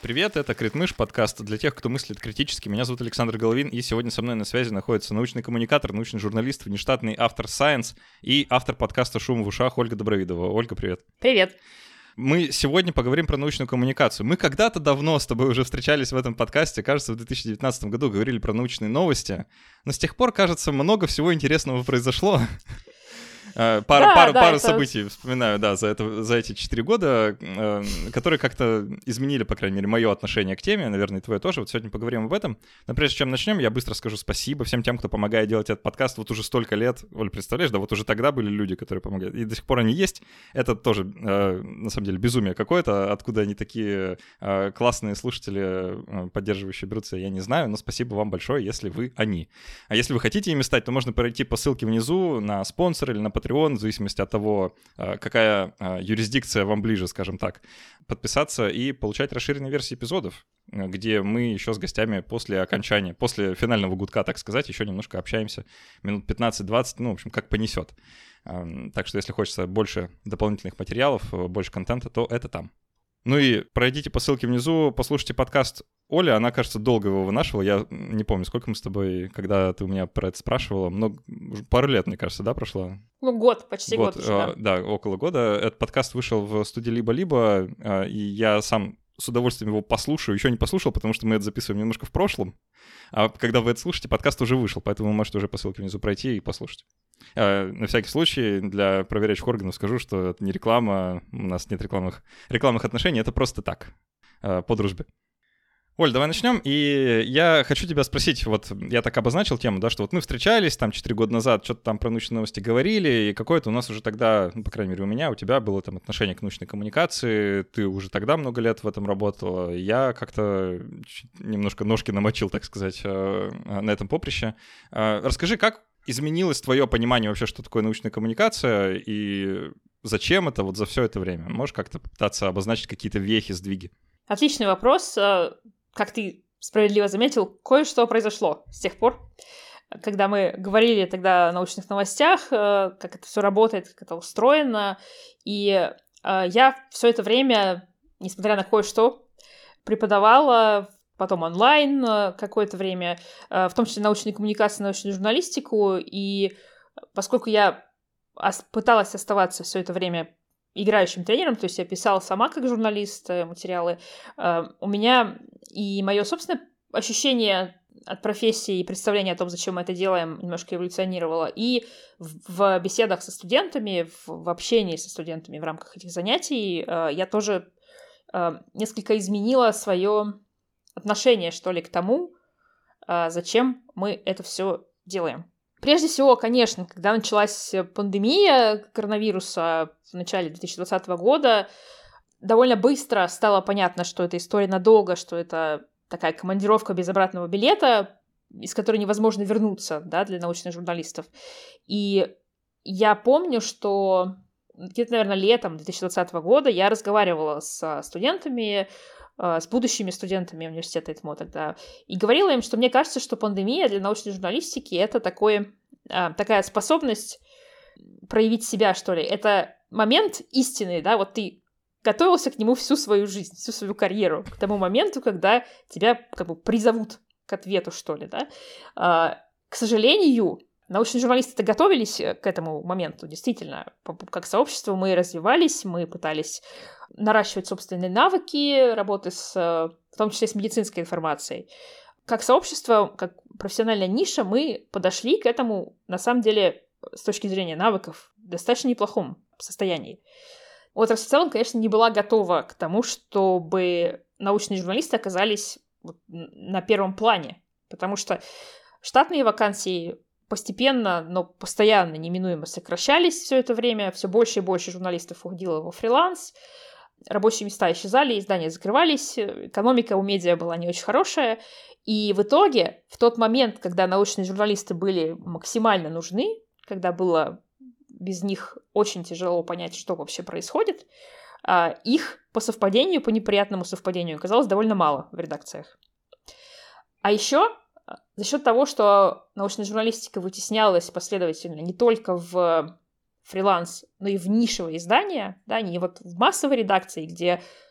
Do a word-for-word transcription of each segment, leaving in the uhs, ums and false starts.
Привет, это Критмыш, подкаст для тех, кто мыслит критически. Меня зовут Александр Головин, и сегодня со мной на связи находится научный коммуникатор, научный журналист, внештатный автор Science и автор подкаста «Шум в ушах» Ольга Добровидова. Ольга, привет. Привет. Мы сегодня поговорим про научную коммуникацию. Мы когда-то давно с тобой уже встречались в этом подкасте, кажется, в две тысячи девятнадцатом году говорили про научные новости, но с тех пор, кажется, много всего интересного произошло. Пару, да, пару, да, пару это... событий вспоминаю, да, за, это, за эти четыре года, э, которые как-то изменили, по крайней мере, мое отношение к теме, наверное, и твое тоже. Вот сегодня поговорим об этом. Но прежде чем начнем, я быстро скажу спасибо всем тем, кто помогает делать этот подкаст. Вот уже столько лет, Оль, представляешь, да, вот уже тогда были люди, которые помогают, и до сих пор они есть. Это тоже, э, на самом деле, безумие какое-то, откуда они такие э, классные слушатели, э, поддерживающие берутся, я не знаю, но спасибо вам большое, если вы они. А если вы хотите ими стать, то можно пройти по ссылке внизу на спонсор или на Patreon, в зависимости от того, какая юрисдикция вам ближе, скажем так, подписаться и получать расширенные версии эпизодов, где мы еще с гостями после окончания, после финального гудка, так сказать, еще немножко общаемся, минут пятнадцать-двадцать, ну, в общем, как понесет. Так что, если хочется больше дополнительных материалов, больше контента, то это там. Ну и пройдите по ссылке внизу, послушайте подкаст Оли, она, кажется, долго его вынашивала, я не помню, сколько мы с тобой, когда ты у меня про это спрашивала, много, пару лет, мне кажется, да, прошло? Ну, год, почти год, год уже, да. Да, около года. Этот подкаст вышел в студии «Либо-либо», и я сам с удовольствием его послушаю, еще не послушал, потому что мы это записываем немножко в прошлом, а когда вы это слушаете, подкаст уже вышел, поэтому вы можете уже по ссылке внизу пройти и послушать. На всякий случай, для проверяющих органов скажу, что это не реклама, у нас нет рекламных, рекламных отношений, это просто так, по дружбе. Оль, давай начнем, и я хочу тебя спросить, вот я так обозначил тему, да, что вот мы встречались там четыре года назад, что-то там про научные новости говорили, и какое-то у нас уже тогда, ну, по крайней мере, у меня, у тебя было там отношение к научной коммуникации, ты уже тогда много лет в этом работала, я как-то немножко ножки намочил, так сказать, на этом поприще. Расскажи, как изменилось твое понимание вообще, что такое научная коммуникация, и зачем это вот за все это время? Можешь как-то попытаться обозначить какие-то вехи, сдвиги? Отличный вопрос. Как ты справедливо заметил, кое-что произошло с тех пор, когда мы говорили тогда о научных новостях, как это все работает, как это устроено. И я все это время, несмотря на кое-что, преподавала потом онлайн какое-то время, в том числе научную коммуникацию, научную журналистику. И поскольку я пыталась оставаться все это время играющим тренером, то есть я писала сама как журналист материалы, у меня и мое собственное ощущение от профессии и представление о том, зачем мы это делаем, немножко эволюционировало. И в беседах со студентами, в общении со студентами в рамках этих занятий я тоже несколько изменила свое отношение, что ли, к тому, зачем мы это все делаем. Прежде всего, конечно, когда началась пандемия коронавируса в начале две тысячи двадцатого года, довольно быстро стало понятно, что это история надолго, что это такая командировка без обратного билета, из которой невозможно вернуться, да, для научных журналистов. И я помню, что где-то, наверное, летом две тысячи двадцатого года я разговаривала с студентами, с будущими студентами университета ИТМО тогда, и говорила им, что мне кажется, что пандемия для научной журналистики — это такой, такая способность проявить себя, что ли. Это момент истины, да, вот ты готовился к нему всю свою жизнь, всю свою карьеру, к тому моменту, когда тебя как бы призовут к ответу, что ли, да. К сожалению, научные журналисты-то готовились к этому моменту, действительно. Как сообщество мы развивались, мы пытались наращивать собственные навыки, работы с, в том числе с медицинской информацией. Как сообщество, как профессиональная ниша, мы подошли к этому, на самом деле, с точки зрения навыков, в достаточно неплохом состоянии. Отрасль в целом, конечно, не была готова к тому, чтобы научные журналисты оказались на первом плане, потому что штатные вакансии постепенно, но постоянно, неминуемо сокращались все это время, все больше и больше журналистов уходило во фриланс, рабочие места исчезали, издания закрывались, экономика у медиа была не очень хорошая, и в итоге, в тот момент, когда научные журналисты были максимально нужны, когда было без них очень тяжело понять, что вообще происходит, их по совпадению, по неприятному совпадению оказалось довольно мало в редакциях. А еще за счет того, что научная журналистика вытеснялась последовательно не только в фриланс, но и в нишевые издания, да, не вот в массовой редакции, где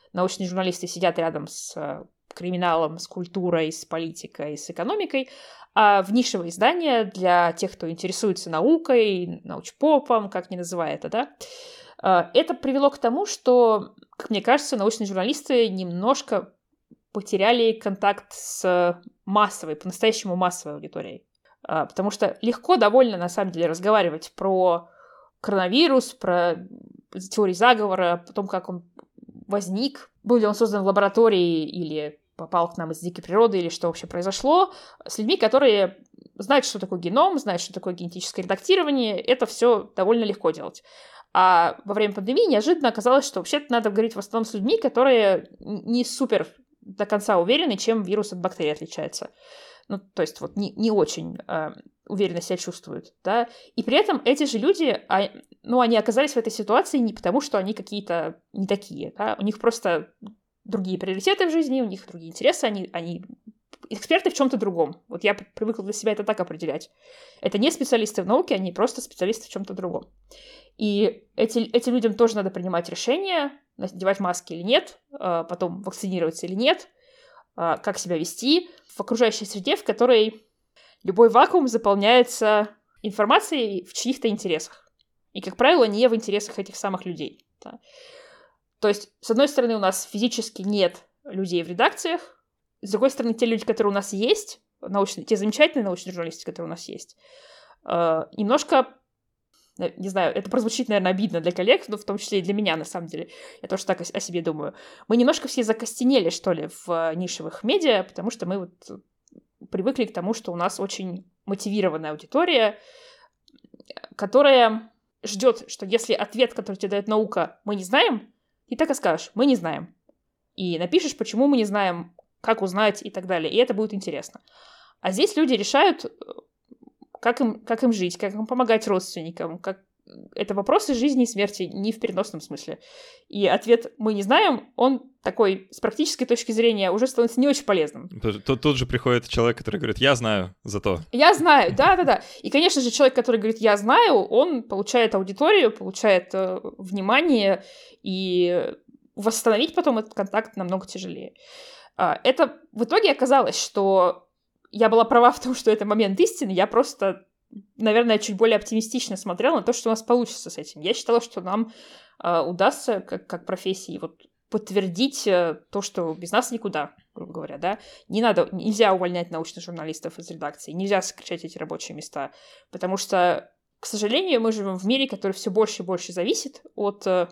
научные журналисты сидят рядом с криминалом, с культурой, с политикой, с экономикой, а в нишевые издания для тех, кто интересуется наукой, научпопом, как ни называй это, да, это привело к тому, что, как мне кажется, научные журналисты немножко потеряли контакт с массовой, по-настоящему массовой аудиторией. Потому что легко довольно, на самом деле, разговаривать про коронавирус, про теории заговора, о том, как он возник, был ли он создан в лаборатории или попал к нам из дикой природы, или что вообще произошло, с людьми, которые знают, что такое геном, знают, что такое генетическое редактирование. Это все довольно легко делать. А во время пандемии неожиданно оказалось, что вообще-то надо говорить в основном с людьми, которые не супер до конца уверены, чем вирус от бактерий отличается. Ну, то есть вот не, не очень э, уверенно себя чувствуют, да. И при этом эти же люди, а, ну, они оказались в этой ситуации не потому, что они какие-то не такие, да. У них просто другие приоритеты в жизни, у них другие интересы, они, они эксперты в чем-то другом. Вот я привыкла для себя это так определять. Это не специалисты в науке, они просто специалисты в чем-то другом. И эти, этим людям тоже надо принимать решение, надевать маски или нет, э, потом вакцинироваться или нет, э, как себя вести в окружающей среде, в которой любой вакуум заполняется информацией в чьих-то интересах. И, как правило, не в интересах этих самых людей. Да. То есть, с одной стороны, у нас физически нет людей в редакциях, с другой стороны, те люди, которые у нас есть, научные, те замечательные научные журналисты, которые у нас есть, э, немножко, не знаю, это прозвучит, наверное, обидно для коллег, но в том числе и для меня, на самом деле. Я тоже так о, о себе думаю. Мы немножко все закостенели, что ли, в нишевых медиа, потому что мы вот привыкли к тому, что у нас очень мотивированная аудитория, которая ждет, что если ответ, который тебе дает наука, мы не знаем, ты так и скажешь, мы не знаем. И напишешь, почему мы не знаем, как узнать и так далее. И это будет интересно. А здесь люди решают, как им, как им жить, как им помогать родственникам. Как... Это вопросы жизни и смерти не в переносном смысле. И ответ «мы не знаем», он такой, с практической точки зрения, уже становится не очень полезным. Тут, тут же приходит человек, который говорит «я знаю зато». Я знаю, да-да-да. И, конечно же, человек, который говорит «я знаю», он получает аудиторию, получает э, внимание, и восстановить потом этот контакт намного тяжелее. Это в итоге оказалось, что я была права в том, что это момент истины, я просто, наверное, чуть более оптимистично смотрела на то, что у нас получится с этим. Я считала, что нам э, удастся, как, как профессии, вот, подтвердить э, то, что без нас никуда, грубо говоря, да. Не надо, нельзя увольнять научных журналистов из редакции, нельзя сокращать эти рабочие места, потому что, к сожалению, мы живем в мире, который все больше и больше зависит от э,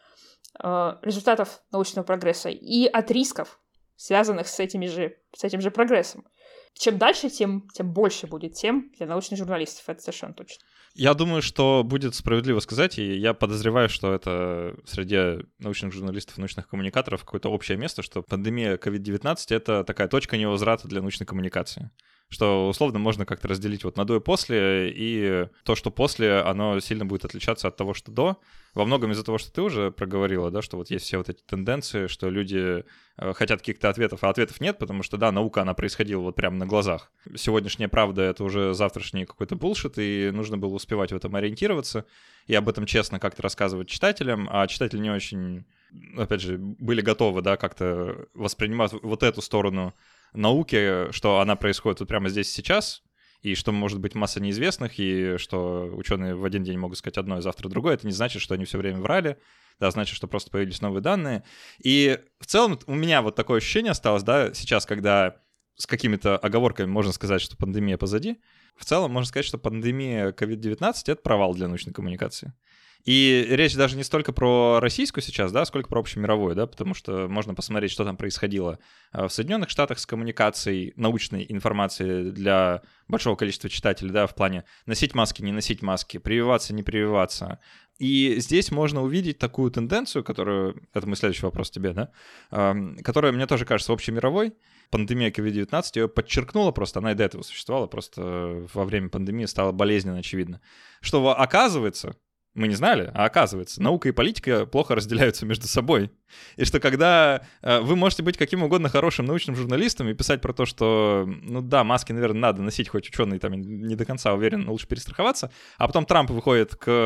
э, результатов научного прогресса и от рисков, связанных с, этими же, с этим же прогрессом. Чем дальше, тем, тем больше будет тем для научных журналистов, это совершенно точно. Я думаю, что будет справедливо сказать, и я подозреваю, что это среди научных журналистов, научных коммуникаторов какое-то общее место, что пандемия ковид девятнадцать — это такая точка невозврата для научной коммуникации. Что условно можно как-то разделить вот на до и после, и то, что после, оно сильно будет отличаться от того, что до. Во многом из-за того, что ты уже проговорила, да, что вот есть все вот эти тенденции, что люди э, хотят каких-то ответов, а ответов нет, потому что, да, наука, она происходила вот прямо на глазах. Сегодняшняя правда — это уже завтрашний какой-то булшит, и нужно было успевать в этом ориентироваться, и об этом честно как-то рассказывать читателям, а читатели не очень, опять же, были готовы, да, как-то воспринимать вот эту сторону науки, что она происходит вот прямо здесь и сейчас, и что может быть масса неизвестных, и что ученые в один день могут сказать одно, а завтра другое. Это не значит, что они все время врали, да, значит, что просто появились новые данные. И в целом у меня вот такое ощущение осталось, да, сейчас, когда с какими-то оговорками можно сказать, что пандемия позади, в целом можно сказать, что пандемия ковид девятнадцать — это провал для научной коммуникации. И речь даже не столько про российскую сейчас, да, сколько про общемировую, да, потому что можно посмотреть, что там происходило в Соединенных Штатах с коммуникацией научной информации для большого количества читателей, да, в плане носить маски, не носить маски, прививаться, не прививаться. И здесь можно увидеть такую тенденцию, которую, это мой следующий вопрос тебе, да, которая мне тоже кажется общемировой. Пандемия ковид девятнадцать ее подчеркнула просто, она и до этого существовала, просто во время пандемии стало болезненно очевидно, что оказывается, Мы не знали, а оказывается, наука и политика плохо разделяются между собой. И что когда э, вы можете быть каким угодно хорошим научным журналистом и писать про то, что, ну да, маски, наверное, надо носить, хоть ученый там не до конца уверен, но лучше перестраховаться, а потом Трамп выходит к,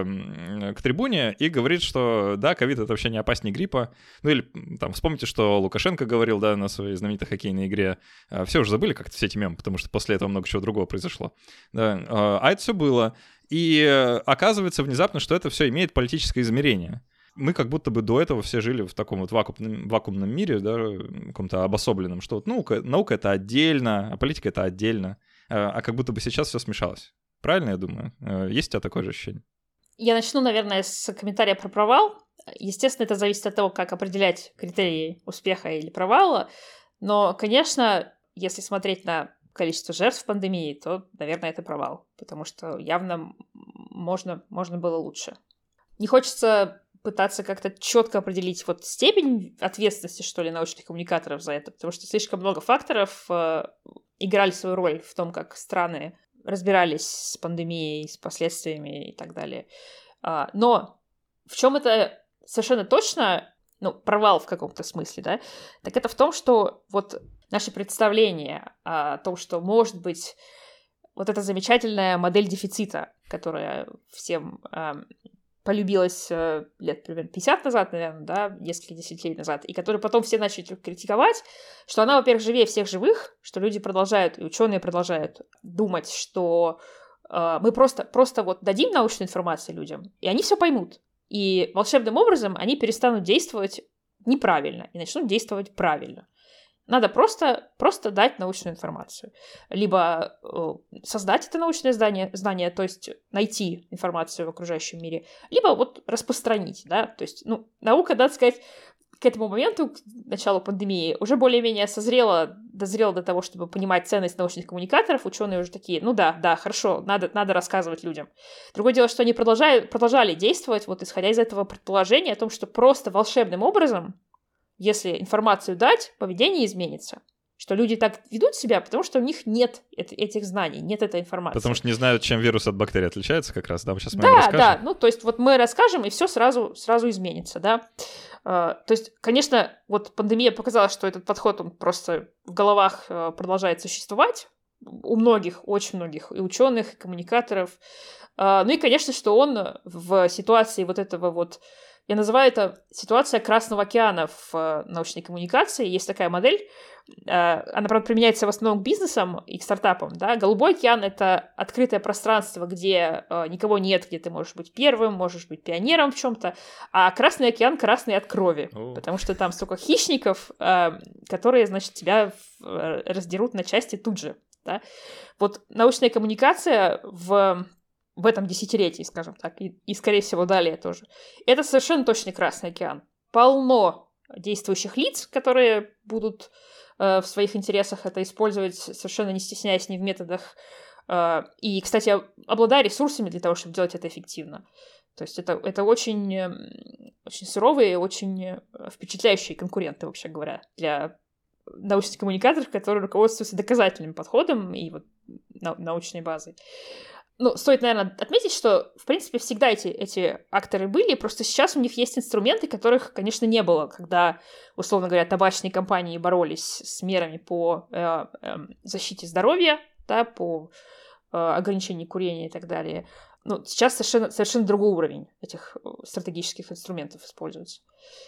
к трибуне и говорит, что да, ковид — это вообще не опаснее гриппа. Ну или там вспомните, что Лукашенко говорил, да, на своей знаменитой хоккейной игре. Все уже забыли как-то все эти мемы, потому что после этого много чего другого произошло. Да, а это все было. И оказывается внезапно, что это все имеет политическое измерение. Мы как будто бы до этого все жили в таком вот вакуумном, вакуумном мире, да, каком-то обособленном, что вот наука, наука — это отдельно, а политика — это отдельно. А как будто бы сейчас все смешалось. Правильно я думаю? Есть у тебя такое же ощущение? Я начну, наверное, с комментария про провал. Естественно, это зависит от того, как определять критерии успеха или провала. Но, конечно, если смотреть на количество жертв пандемии, то, наверное, это провал, потому что явно можно, можно было лучше. Не хочется пытаться как-то четко определить вот степень ответственности, что ли, научных коммуникаторов за это, потому что слишком много факторов э, играли свою роль в том, как страны разбирались с пандемией, с последствиями и так далее. А, но в чем это совершенно точно, ну, провал в каком-то смысле, да, так это в том, что вот наше представление о том, что может быть вот эта замечательная модель дефицита, которая всем э, полюбилась э, лет примерно пятьдесят назад, наверное, да, несколько десятилетий назад, и которую потом все начали критиковать, что она, во-первых, живее всех живых, что люди продолжают, и ученые продолжают думать, что э, мы просто, просто вот дадим научную информацию людям, и они все поймут. И волшебным образом они перестанут действовать неправильно и начнут действовать правильно. Надо просто, просто дать научную информацию. Либо э, создать это научное знание, знание, то есть найти информацию в окружающем мире, либо вот распространить, да, то есть, ну, наука, надо сказать, к этому моменту, к началу пандемии, уже более-менее созрела, дозрела до того, чтобы понимать ценность научных коммуникаторов. Ученые уже такие, ну да, да, хорошо, надо, надо рассказывать людям. Другое дело, что они продолжают, продолжали действовать, вот исходя из этого предположения о том, что просто волшебным образом, если информацию дать, поведение изменится. Что люди так ведут себя, потому что у них нет этих знаний, нет этой информации. Потому что не знают, чем вирус от бактерий отличается как раз, да? Сейчас мы да, расскажем. Да, ну то есть вот мы расскажем, и все сразу, сразу изменится, да. Uh, то есть, конечно, вот пандемия показала, что этот подход, он просто в головах uh, продолжает существовать у многих, очень многих, и ученых, и коммуникаторов. Uh, ну и, конечно, что он в ситуации вот этого вот, я называю это ситуация Красного океана в uh, научной коммуникации. Есть такая модель, uh, она, правда, применяется в основном к бизнесам и к стартапам, да. Голубой океан — это открытое пространство, где uh, никого нет, где ты можешь быть первым, можешь быть пионером в чем-то, а Красный океан красный от крови, oh. потому что там столько хищников, uh, которые, значит, тебя uh, раздерут на части тут же, да. Вот научная коммуникация в в этом десятилетии, скажем так, и, и, скорее всего, далее тоже. Это совершенно точно Красный океан. Полно действующих лиц, которые будут э, в своих интересах это использовать, совершенно не стесняясь ни в методах. Э, и, кстати, обладая ресурсами для того, чтобы делать это эффективно. То есть это, это очень, очень суровые, очень впечатляющие конкуренты, вообще говоря, для научных коммуникаторов, которые руководствуются доказательным подходом и вот нау- научной базой. Ну, стоит, наверное, отметить, что, в принципе, всегда эти, эти акторы были, просто сейчас у них есть инструменты, которых, конечно, не было, когда, условно говоря, табачные компании боролись с мерами по э, э, защите здоровья, да, по э, ограничению курения и так далее. Ну, сейчас совершенно, совершенно другой уровень этих стратегических инструментов используется.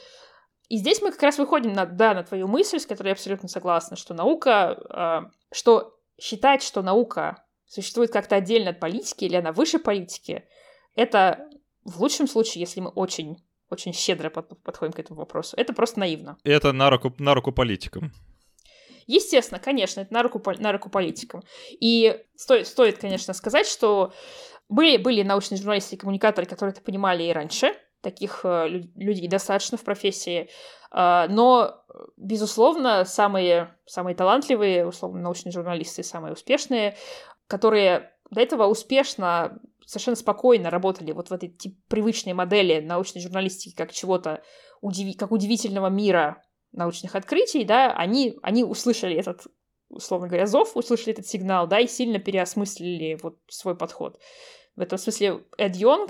И здесь мы как раз выходим на, да, на твою мысль, с которой я абсолютно согласна, что наука, э, что считать, что наука существует как-то отдельно от политики или она выше политики, это в лучшем случае, если мы очень, очень щедро под, подходим к этому вопросу, это просто наивно. И это на руку, на руку политикам. Естественно, конечно, это на руку, на руку политикам. И стоит, стоит, конечно, сказать, что были, были научные журналисты и коммуникаторы, которые это понимали и раньше, таких э, людей достаточно в профессии, э, но, безусловно, самые, самые талантливые, условно, научные журналисты, самые успешные, которые до этого успешно, совершенно спокойно работали вот в этой тип, привычной модели научной журналистики как чего-то, удиви, как удивительного мира научных открытий, да, они, они услышали этот, условно говоря, зов, услышали этот сигнал, да, и сильно переосмыслили вот свой подход. В этом смысле Эд Йонг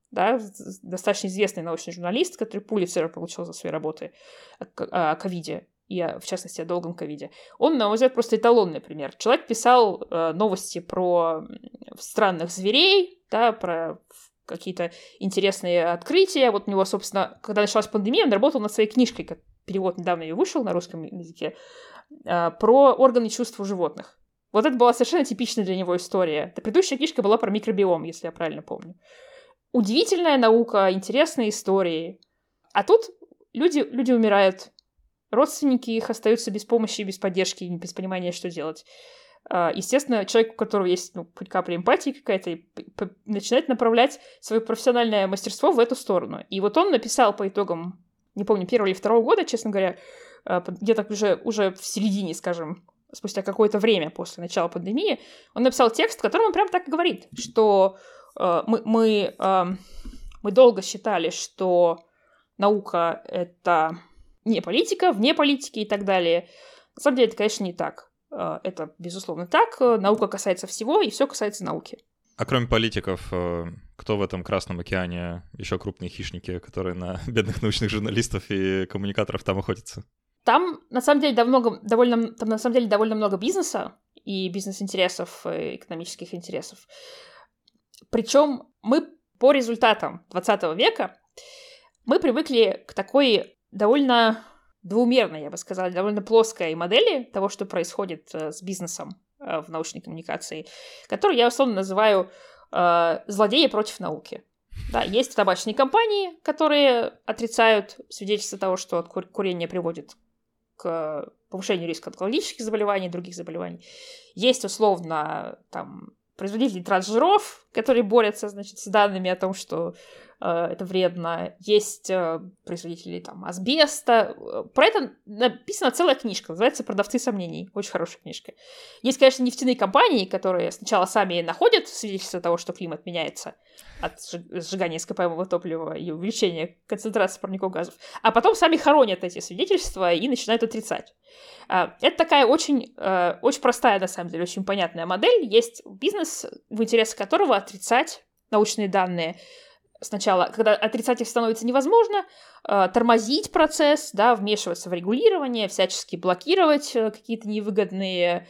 да, достаточно известный научный журналист, который Пулитцера получил за свои работы о ковиде, и, в частности, о долгом ковиде. Он, на мой взгляд, просто эталонный пример. Человек писал э, новости про странных зверей, да, про какие-то интересные открытия. Вот у него, собственно, когда началась пандемия, он работал над своей книжкой, как перевод недавно ее вышел на русском языке, э, про органы чувств у животных. Вот это была совершенно типичная для него история. Эта предыдущая книжка была про микробиом, если я правильно помню. Удивительная наука, интересные истории. А тут люди, люди умирают. Родственники их остаются без помощи, без поддержки, без понимания, что делать. Естественно, человек, у которого есть ну, хоть капля эмпатии какая-то, начинает направлять свое профессиональное мастерство в эту сторону. И вот он написал по итогам, не помню, первого или второго года, честно говоря, где-то уже, уже в середине, скажем, спустя какое-то время после начала пандемии, он написал текст, в котором он прям так и говорит, что э, мы, мы, э, мы долго считали, что наука — это не политика, вне политики и так далее. На самом деле это, конечно, не так. Это, безусловно, так. Наука касается всего, и все касается науки. А кроме политиков, кто в этом Красном океане еще крупные хищники, которые на бедных научных журналистов и коммуникаторов там охотятся? Там, на самом деле, довольно, довольно, там, на самом деле, довольно много бизнеса и бизнес-интересов, и экономических интересов. Причем мы по результатам двадцатого века мы привыкли к такой довольно двумерной, я бы сказала, довольно плоской модели того, что происходит с бизнесом в научной коммуникации, которую я условно называю э, «злодеи против науки». Да, есть табачные компании, которые отрицают свидетельство того, что курение приводит к повышению риска онкологических заболеваний и других заболеваний. Есть, условно, там, производители трансжиров, которые борются, значит, с данными о том, что э, это вредно. Есть э, производители там, асбеста. Про это написана целая книжка, называется «Продавцы сомнений». Очень хорошая книжка. Есть, конечно, нефтяные компании, которые сначала сами находят свидетельство того, что климат меняется от сжигания ископаемого топлива и увеличения концентрации парниковых газов, а потом сами хоронят эти свидетельства и начинают отрицать. Это такая очень, очень простая, на самом деле, очень понятная модель. Есть бизнес, в интересах которого отрицать научные данные. Сначала, когда отрицать их становится невозможно, тормозить процесс, да, вмешиваться в регулирование, всячески блокировать какие-то невыгодные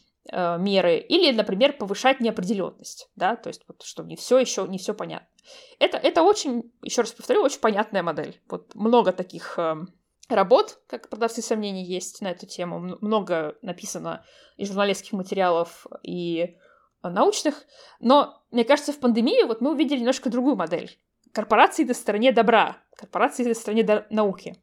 меры, или, например, повышать неопределенность, да, то есть, вот, что не все еще, не все понятно. Это, это очень, еще раз повторю, очень понятная модель. Вот много таких э, работ, как «Продавцы сомнений», есть на эту тему, много написано и журналистских материалов, и научных, но, мне кажется, в пандемию вот мы увидели немножко другую модель. Корпорации на стороне добра, корпорации на стороне до- науки.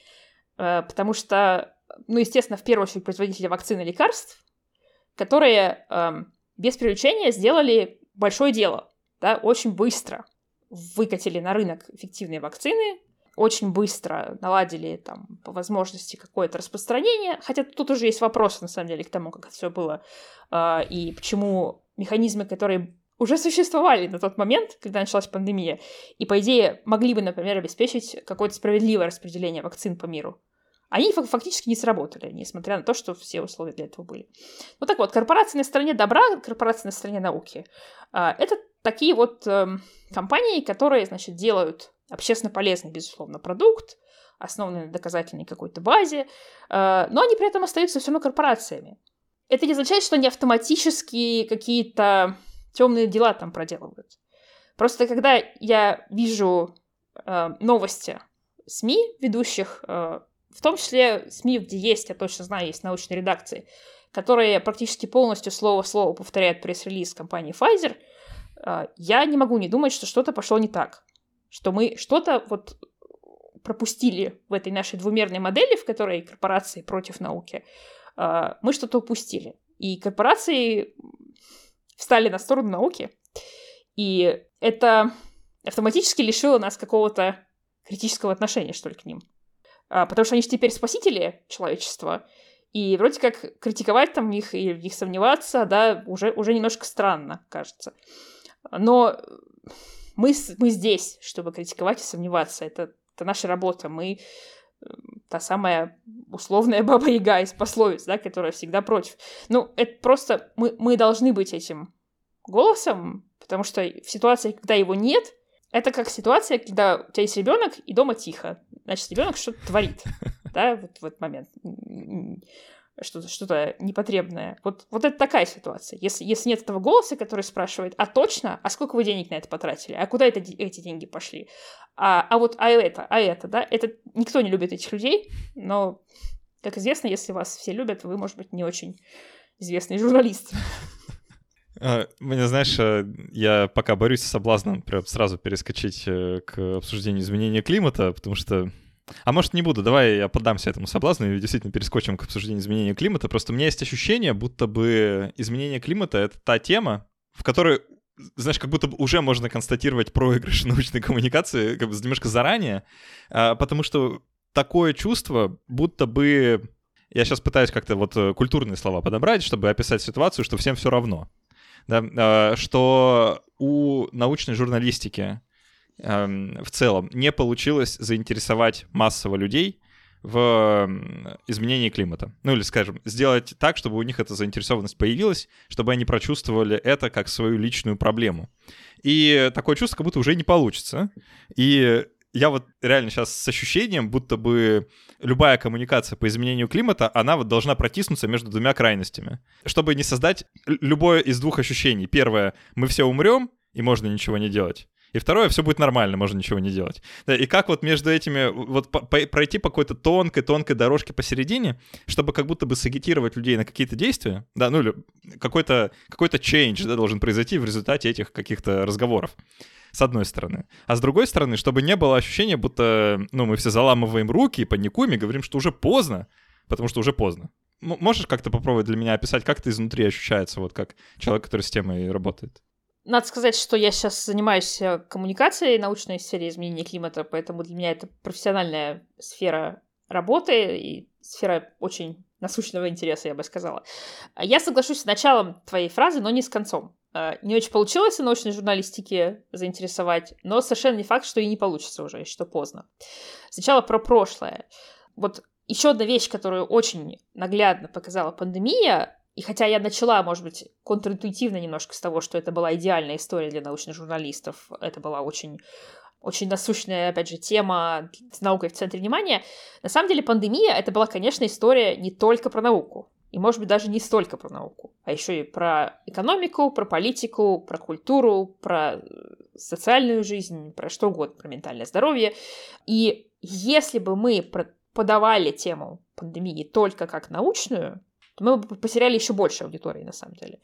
Э, потому что, ну, естественно, в первую очередь производители вакцин и лекарств, которые э, без привлечения сделали большое дело, да, очень быстро выкатили на рынок эффективные вакцины, очень быстро наладили там по возможности какое-то распространение, хотя тут уже есть вопросы, на самом деле, к тому, как это все было, э, и почему механизмы, которые уже существовали на тот момент, когда началась пандемия, и, по идее, могли бы, например, обеспечить какое-то справедливое распределение вакцин по миру, они фактически не сработали, несмотря на то, что все условия для этого были. Ну так вот, корпорации на стороне добра, корпорации на стороне науки. Это такие вот компании, которые, значит, делают общественно полезный, безусловно, продукт, основанный на доказательной какой-то базе, но они при этом остаются все равно корпорациями. Это не означает, что они автоматически какие-то темные дела там проделывают. Просто когда я вижу новости СМИ, ведущих, в том числе СМИ, где есть, я точно знаю, есть научные редакции, которые практически полностью слово в слово повторяют пресс-релиз компании Pfizer, я не могу не думать, что что-то пошло не так. Что мы что-то вот пропустили в этой нашей двумерной модели, в которой корпорации против науки, мы что-то упустили. И корпорации встали на сторону науки, и это автоматически лишило нас какого-то критического отношения, что ли, к ним. Потому что они же теперь спасители человечества, и вроде как критиковать там их и в них сомневаться, да, уже, уже немножко странно, кажется. Но мы, мы здесь, чтобы критиковать и сомневаться. Это, это наша работа. Мы та самая условная баба-яга из пословиц, да, которая всегда против. Ну, это просто... Мы, мы должны быть этим голосом, потому что в ситуации, когда его нет, Это как ситуация, когда у тебя есть ребенок и дома тихо. Значит, ребенок что-то творит, да, вот в этот момент. Что-то, что-то непотребное. Вот, вот это такая ситуация. Если, если нет этого голоса, который спрашивает, а точно, а сколько вы денег на это потратили, а куда это, эти деньги пошли, а, а вот, а это, а это, да, это никто не любит этих людей, но, как известно, если вас все любят, вы, может быть, не очень известный журналист. Мне, знаешь, я пока борюсь с соблазном прям сразу перескочить к обсуждению изменения климата, потому что... А может, не буду, давай я поддамся этому соблазну и действительно перескочим к обсуждению изменения климата. Просто у меня есть ощущение, будто бы изменение климата — это та тема, в которой, знаешь, как будто бы уже можно констатировать проигрыш научной коммуникации как бы немножко заранее, потому что такое чувство, будто бы... Я сейчас пытаюсь как-то вот культурные слова подобрать, чтобы описать ситуацию, что всем все равно. Да, что у научной журналистики в целом не получилось заинтересовать массово людей в изменении климата. Ну или, скажем, сделать так, чтобы у них эта заинтересованность появилась, чтобы они прочувствовали это как свою личную проблему. И такое чувство, как будто уже не получится. И я вот реально сейчас с ощущением, будто бы любая коммуникация по изменению климата, она вот должна протиснуться между двумя крайностями, чтобы не создать любое из двух ощущений. Первое — мы все умрем, и можно ничего не делать. И второе — все будет нормально, можно ничего не делать. Да, и как вот между этими, вот по, по, пройти по какой-то тонкой-тонкой дорожке посередине, чтобы как будто бы сагитировать людей на какие-то действия, да, ну или какой-то, какой-то change, да, должен произойти в результате этих каких-то разговоров. С одной стороны. А с другой стороны, чтобы не было ощущения, будто, ну, мы все заламываем руки и паникуем и говорим, что уже поздно, потому что уже поздно. М- можешь как-то попробовать для меня описать, как это изнутри ощущается, вот как человек, который с темой работает? Надо сказать, что я сейчас занимаюсь коммуникацией научной в сфере изменения климата, поэтому для меня это профессиональная сфера работы и сфера очень насущного интереса, я бы сказала. Я соглашусь с началом твоей фразы, но не с концом. Не очень получилось в научной журналистике заинтересовать, но совершенно не факт, что и не получится уже, что поздно. Сначала про прошлое. Вот еще одна вещь, которую очень наглядно показала пандемия, и хотя я начала, может быть, контринтуитивно немножко с того, что это была идеальная история для научных журналистов, это была очень, очень насущная, опять же, тема с наукой в центре внимания, на самом деле пандемия — это была, конечно, история не только про науку. И, может быть, даже не столько про науку, а еще и про экономику, про политику, про культуру, про социальную жизнь, про что угодно, про ментальное здоровье. И если бы мы подавали тему пандемии только как научную, то мы бы потеряли еще больше аудитории, на самом деле.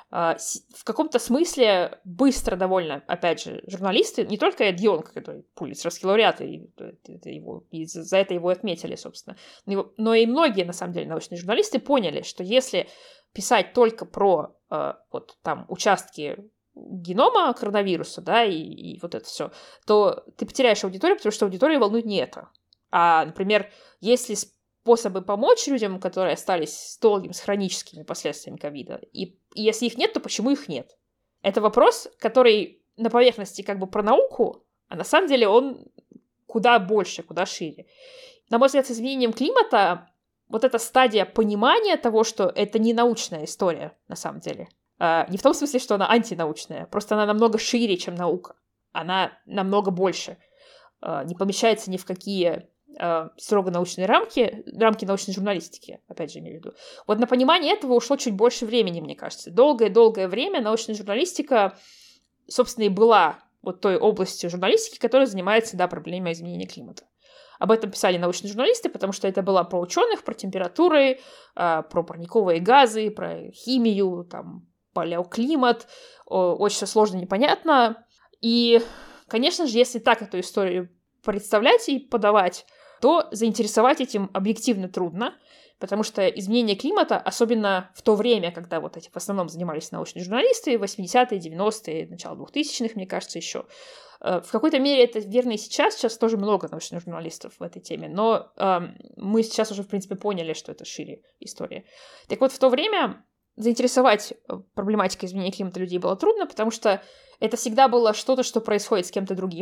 В каком-то смысле быстро довольно, опять же, журналисты, не только Эд Йонг, который пулитцеровский лауреат, и, это его, и за это его отметили, собственно, но и многие, на самом деле, научные журналисты поняли, что если писать только про вот там участки генома коронавируса, да, и, и вот это все, то ты потеряешь аудиторию, потому что аудиторию волнует не это. А, например, если способы помочь людям, которые остались с долгими, с хроническими последствиями ковида. И, и если их нет, то почему их нет? Это вопрос, который на поверхности как бы про науку, а на самом деле он куда больше, куда шире. На мой взгляд, с изменением климата вот эта стадия понимания того, что это не научная история на самом деле. А, не в том смысле, что она антинаучная, просто она намного шире, чем наука. Она намного больше. А, не помещается ни в какие строго научные рамки, рамки научной журналистики, опять же, имею в виду. Вот на понимание этого ушло чуть больше времени, мне кажется. Долгое-долгое время научная журналистика, собственно, и была вот той областью журналистики, которая занимается, да, проблемой изменения климата. Об этом писали научные журналисты, потому что это было про ученых, про температуры, про парниковые газы, про химию, там, палеоклимат. Очень все сложно, непонятно. И, конечно же, если так эту историю представлять и подавать, то заинтересовать этим объективно трудно, потому что изменение климата, особенно в то время, когда вот эти в основном занимались научные журналисты, восьмидесятые, девяностые, начало двухтысячных, мне кажется, еще. В какой-то мере это верно и сейчас, сейчас тоже много научных журналистов в этой теме, но э, мы сейчас уже, в принципе, поняли, что это шире история. Так вот, в то время заинтересовать проблематикой изменения климата людей было трудно, потому что это всегда было что-то, что происходит с кем-то другим,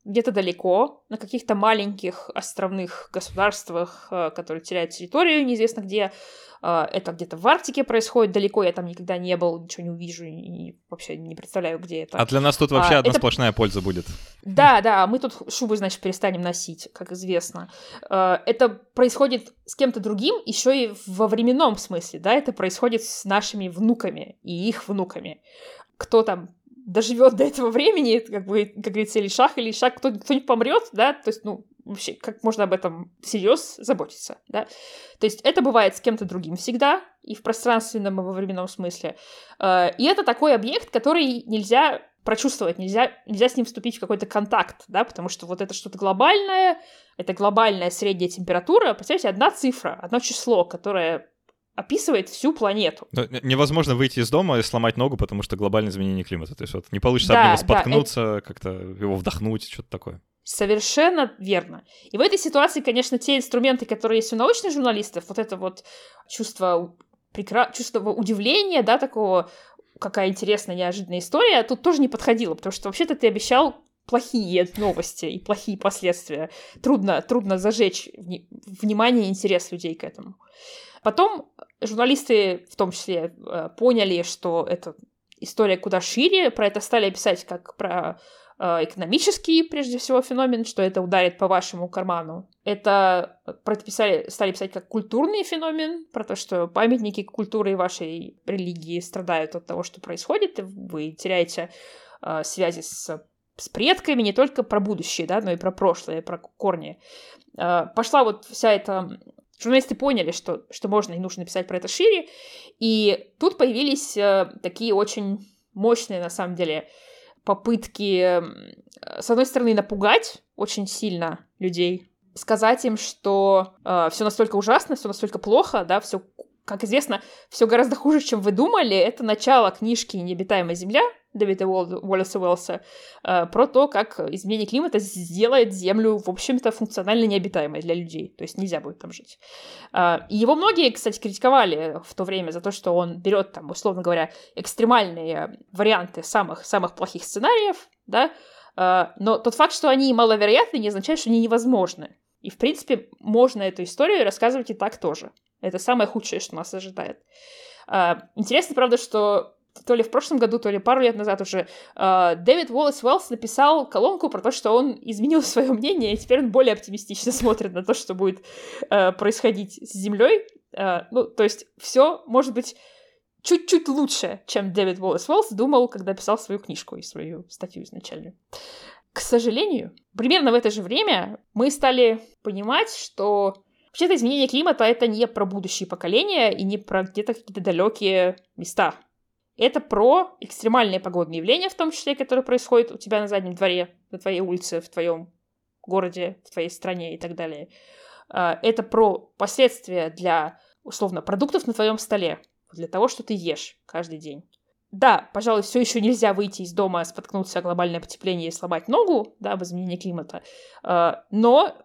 где-то далеко, на каких-то маленьких островных государствах, которые теряют территорию, неизвестно где. Это где-то в Арктике происходит, далеко я там никогда не был, ничего не увижу и вообще не представляю, где это. А для нас тут вообще а, одна это... сплошная польза будет. Да, да, мы тут шубы, значит, перестанем носить, как известно. Это происходит с кем-то другим еще и во временном смысле, да, это происходит с нашими внуками и их внуками. Кто там доживет до этого времени, как бы, как говорится, или шах, или шах, кто, кто-нибудь помрет, да, то есть, ну, вообще, как можно об этом всерьез заботиться, да? То есть это бывает с кем-то другим всегда, и в пространственном, и во временном смысле. И это такой объект, который нельзя прочувствовать, нельзя, нельзя с ним вступить в какой-то контакт, да, потому что вот это что-то глобальное, это глобальная средняя температура, представьте, одна цифра, одно число, которое описывает всю планету. Но невозможно выйти из дома и сломать ногу, потому что глобальное изменение климата. То есть вот не получится да, об него споткнуться, да, это... как-то его вдохнуть, что-то такое. Совершенно верно. И в этой ситуации, конечно, те инструменты, которые есть у научных журналистов, вот это вот чувство, прекра... чувство удивления, да, такого, какая интересная, неожиданная история, тут тоже не подходило, потому что вообще-то ты обещал плохие новости и плохие последствия. Трудно, трудно зажечь вни... внимание и интерес людей к этому. Потом журналисты, в том числе, поняли, что эта история куда шире, про это стали писать как про экономический, прежде всего, феномен, что это ударит по вашему карману. Это про это писали, стали писать как культурный феномен, про то, что памятники культуры вашей религии страдают от того, что происходит, и вы теряете э, связи с, с предками, не только про будущее, да, но и про прошлое, про корни. Э, пошла вот вся эта... Журналисты поняли, что, что можно и нужно писать про это шире, и тут появились э, такие очень мощные, на самом деле, попытки, с одной стороны, напугать очень сильно людей, сказать им, что э, все настолько ужасно, все настолько плохо, да, все, как известно, все гораздо хуже, чем вы думали. Это начало книжки «Необитаемая земля» Дэвида Уоллеса Уэллса э, про то, как изменение климата сделает Землю, в общем-то, функционально необитаемой для людей. То есть нельзя будет там жить. Э, и его многие, кстати, критиковали в то время за то, что он берет, там, условно говоря, экстремальные варианты самых, самых плохих сценариев, да, э, но тот факт, что они маловероятны, не означает, что они невозможны. И, в принципе, можно эту историю рассказывать и так тоже. Это самое худшее, что нас ожидает. Э, интересно, правда, что то ли в прошлом году, то ли пару лет назад уже, э, Дэвид Уоллес Уэллс написал колонку про то, что он изменил свое мнение, и теперь он более оптимистично смотрит на то, что будет э, происходить с Землей. Э, ну, то есть все может быть чуть-чуть лучше, чем Дэвид Уоллес Уэллс думал, когда писал свою книжку и свою статью изначальную. К сожалению, примерно в это же время мы стали понимать, что вообще-то изменение климата — это не про будущие поколения и не про где-то какие-то далекие места. Это про экстремальные погодные явления, в том числе, которые происходят у тебя на заднем дворе, на твоей улице, в твоем городе, в твоей стране и так далее. Это про последствия для, условно, продуктов на твоем столе, для того, что ты ешь каждый день. Да, пожалуй, все еще нельзя выйти из дома, споткнуться о глобальное потепление и сломать ногу, да, в изменении климата, но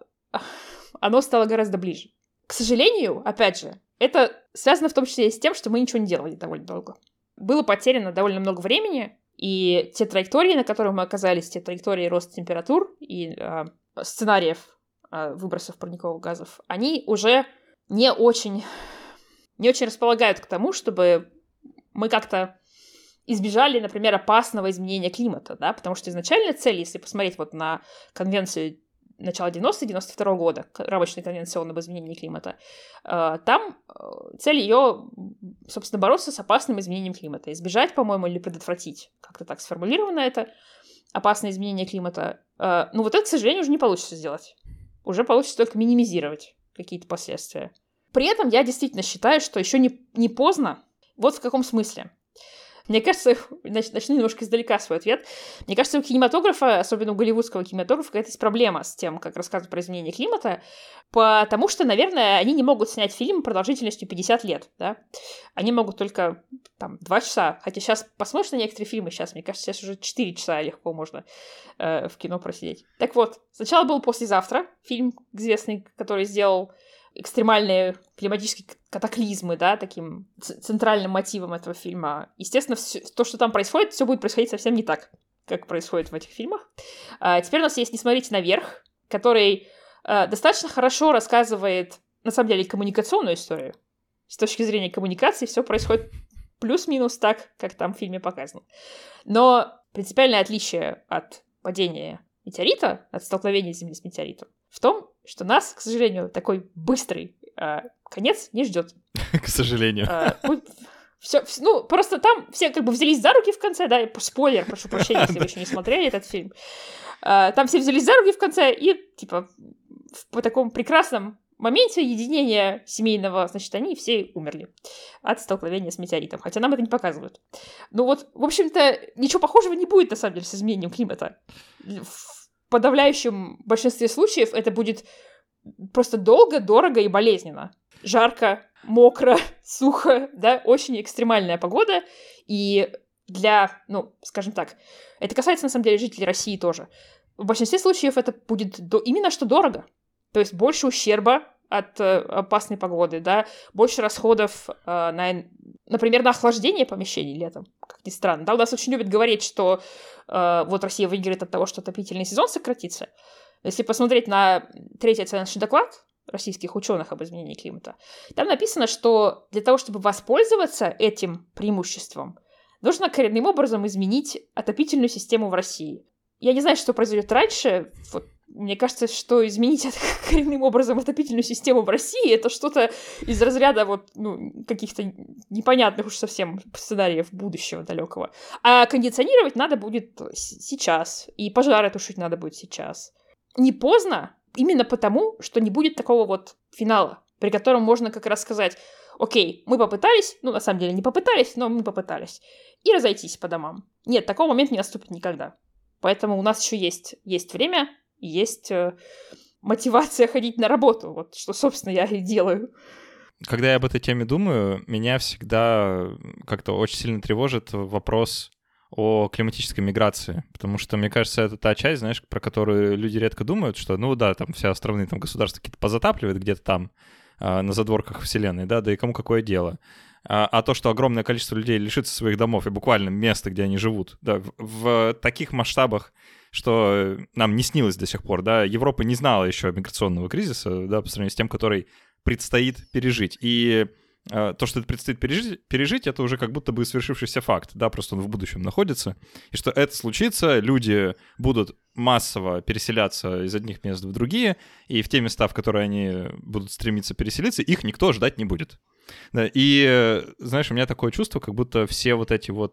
оно стало гораздо ближе. К сожалению, опять же, это связано в том числе и с тем, что мы ничего не делали довольно долго. Было потеряно довольно много времени, и те траектории, на которых мы оказались, те траектории роста температур и э, сценариев э, выбросов парниковых газов, они уже не очень, не очень располагают к тому, чтобы мы как-то избежали, например, опасного изменения климата, да, потому что изначальная цель, если посмотреть вот на конвенцию начала девяностых — девяносто второго года, рамочной конвенции об изменении климата, там цель ее, собственно, бороться с опасным изменением климата. Избежать, по-моему, или предотвратить. Как-то так сформулировано это. Опасное изменение климата. Ну, вот это, к сожалению, уже не получится сделать. Уже получится только минимизировать какие-то последствия. При этом я действительно считаю, что еще не, не поздно. Вот в каком смысле. Мне кажется, начну немножко издалека свой ответ. Мне кажется, у кинематографа, особенно у голливудского кинематографа, какая-то есть проблема с тем, как рассказывать про изменение климата, потому что, наверное, они не могут снять фильм продолжительностью пятьдесят лет, да? Они могут только, там, два часа. Хотя сейчас посмотришь на некоторые фильмы, сейчас, мне кажется, сейчас уже четыре часа легко можно э, в кино просидеть. Так вот, сначала был «Послезавтра», фильм известный, который сделал экстремальные климатические катаклизмы, да, таким ц- центральным мотивом этого фильма. Естественно, все, то, что там происходит, все будет происходить совсем не так, как происходит в этих фильмах. А теперь у нас есть «Не смотрите наверх», который а, достаточно хорошо рассказывает, на самом деле, коммуникационную историю. С точки зрения коммуникации все происходит плюс-минус так, как там в фильме показано. Но принципиальное отличие от падения метеорита, от столкновения Земли с метеоритом, в том, что нас, к сожалению, такой быстрый э, конец не ждет. К сожалению. Э, все, ну, просто там все как бы взялись за руки в конце, да, спойлер, прошу прощения, если вы еще не смотрели этот фильм. Э, там все взялись за руки в конце и, типа, в, по такому прекрасном моменте единения семейного, значит, они все умерли от столкновения с метеоритом, хотя нам это не показывают. Ну вот, в общем-то, ничего похожего не будет, на самом деле, с изменением климата. В подавляющем большинстве случаев это будет просто долго, дорого и болезненно. Жарко, мокро, сухо, да, очень экстремальная погода, и для, ну, скажем так, это касается, на самом деле, жителей России тоже. В большинстве случаев это будет до... именно что дорого. То есть больше ущерба от э, опасной погоды, да, больше расходов, э, на, например, на охлаждение помещений летом, как ни странно. Да, у нас очень любят говорить, что э, вот Россия выиграет от того, что отопительный сезон сократится. Если посмотреть на третий оценочный доклад российских ученых об изменении климата, там написано, что для того, чтобы воспользоваться этим преимуществом, нужно коренным образом изменить отопительную систему в России. Я не знаю, что произойдет раньше. Вот, мне кажется, что изменить коренным образом отопительную систему в России — это что-то из разряда вот, ну, каких-то непонятных уж совсем сценариев будущего далекого. А кондиционировать надо будет сейчас, и пожары тушить надо будет сейчас. Не поздно именно потому, что не будет такого вот финала, при котором можно как раз сказать: окей, мы попытались, ну, на самом деле не попытались, но мы попытались, и разойтись по домам. Нет, такого момента не наступит никогда. Поэтому у нас еще есть, есть время, есть э, мотивация ходить на работу. Вот что, собственно, я и делаю. Когда я об этой теме думаю, меня всегда как-то очень сильно тревожит вопрос о климатической миграции. Потому что, мне кажется, это та часть, знаешь, про которую люди редко думают, что, ну да, там все островные там, государства какие-то позатапливают где-то там, э, на задворках Вселенной, да, да и кому какое дело. А, а то, что огромное количество людей лишится своих домов и буквально места, где они живут, да, в, в таких масштабах, что нам не снилось до сих пор, да, Европа не знала еще миграционного кризиса, да, по сравнению с тем, который предстоит пережить. И э, то, что это предстоит пережить, пережить, это уже как будто бы свершившийся факт, да, просто он в будущем находится, и что это случится, люди будут массово переселяться из одних мест в другие, и в те места, в которые они будут стремиться переселиться, их никто ждать не будет. Да, и, знаешь, у меня такое чувство, как будто все вот эти вот...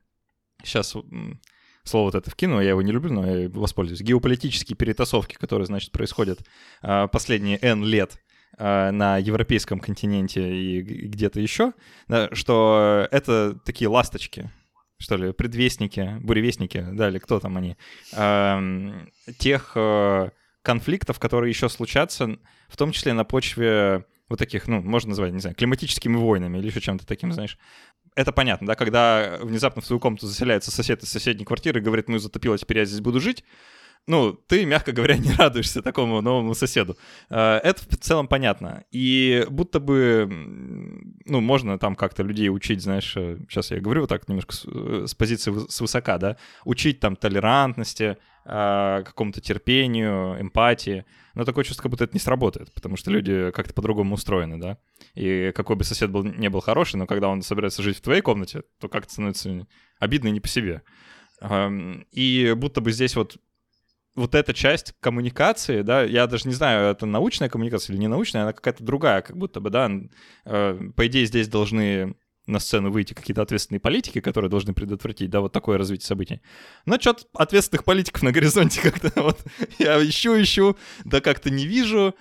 Сейчас слово вот это вкину, я его не люблю, но я воспользуюсь. Геополитические перетасовки, которые, значит, происходят последние N лет на европейском континенте и где-то еще, да, что это такие ласточки, что ли, предвестники, буревестники, да, или кто там они, тех конфликтов, которые еще случатся, в том числе на почве вот таких, ну, можно назвать, не знаю, климатическими войнами или еще чем-то таким, знаешь. Это понятно, да, когда внезапно в свою комнату заселяется сосед из соседней квартиры и говорит: ну, затопило, теперь я здесь буду жить. Ну, ты, мягко говоря, не радуешься такому новому соседу. Это в целом понятно. И будто бы, ну, можно там как-то людей учить, знаешь, сейчас я говорю вот так немножко с позиции свысока, да, учить там толерантности, какому-то терпению, эмпатии. Но такое чувство, как будто это не сработает, потому что люди как-то по-другому устроены, да. И какой бы сосед был, не был хороший, но когда он собирается жить в твоей комнате, то как-то становится обидно и не по себе. И будто бы здесь вот вот эта часть коммуникации, да, я даже не знаю, это научная коммуникация или не научная, она какая-то другая, как будто бы, да, по идее здесь должны на сцену выйти какие-то ответственные политики, которые должны предотвратить, да, вот такое развитие событий. Но что-то ответственных политиков на горизонте как-то вот я ищу-ищу, да как-то не вижу,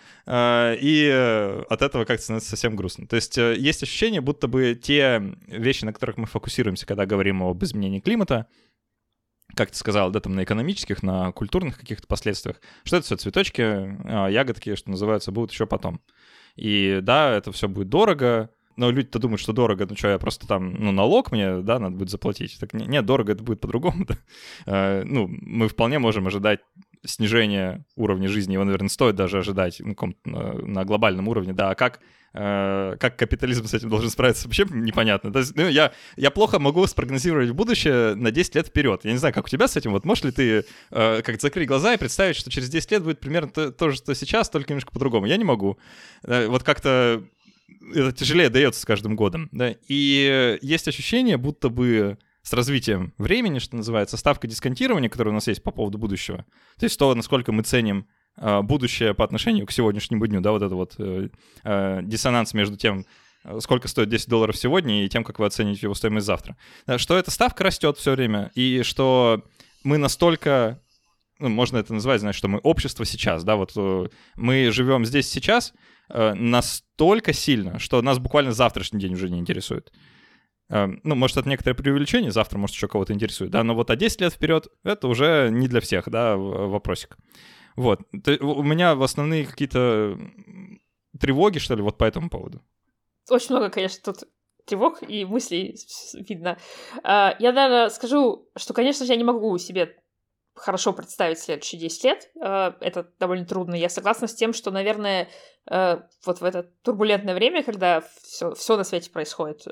и от этого как-то становится совсем грустно. То есть есть ощущение, будто бы те вещи, на которых мы фокусируемся, когда говорим об изменении климата, как ты сказал, да, там на экономических, на культурных каких-то последствиях, что это все цветочки, ягодки, что называется, будут еще потом. И да, это все будет дорого, но люди-то думают, что дорого, ну что, я просто там, ну, налог мне, да, надо будет заплатить. Так нет, дорого это будет по-другому. Да? Ну, мы вполне можем ожидать снижение уровня жизни, его, наверное, стоит даже ожидать ну, на, на глобальном уровне, да, а как, э, как капитализм с этим должен справиться, вообще непонятно. То есть, ну, я, я плохо могу спрогнозировать будущее на десять лет вперед. Я не знаю, как у тебя с этим, вот можешь ли ты э, как-то закрыть глаза и представить, что через десять лет будет примерно то, то же, что сейчас, только немножко по-другому. Я не могу. Э, вот как-то это тяжелее дается с каждым годом, да, и есть ощущение, будто бы с развитием времени, что называется, ставка дисконтирования, которая у нас есть по поводу будущего, то есть то, насколько мы ценим э, будущее по отношению к сегодняшнему дню, да, вот это вот э, э, диссонанс между тем, сколько стоит десять долларов сегодня и тем, как вы оцените его стоимость завтра, да, что эта ставка растет все время, и что мы настолько, ну, можно это назвать, значит, что мы общество сейчас, да, вот э, мы живем здесь сейчас э, настолько сильно, что нас буквально завтрашний день уже не интересует. Ну, может, это некоторое преувеличение, завтра, может, еще кого-то интересует, да, но вот а десять лет вперед это уже не для всех, да, вопросик. Вот. У меня основные какие-то тревоги, что ли, вот по этому поводу. Очень много, конечно, тут тревог и мыслей видно. Я, наверное, скажу, что, конечно же, я не могу себе хорошо представить следующие десять лет. Это довольно трудно. Я согласна с тем, что, наверное, вот в это турбулентное время, когда все, все на свете происходит,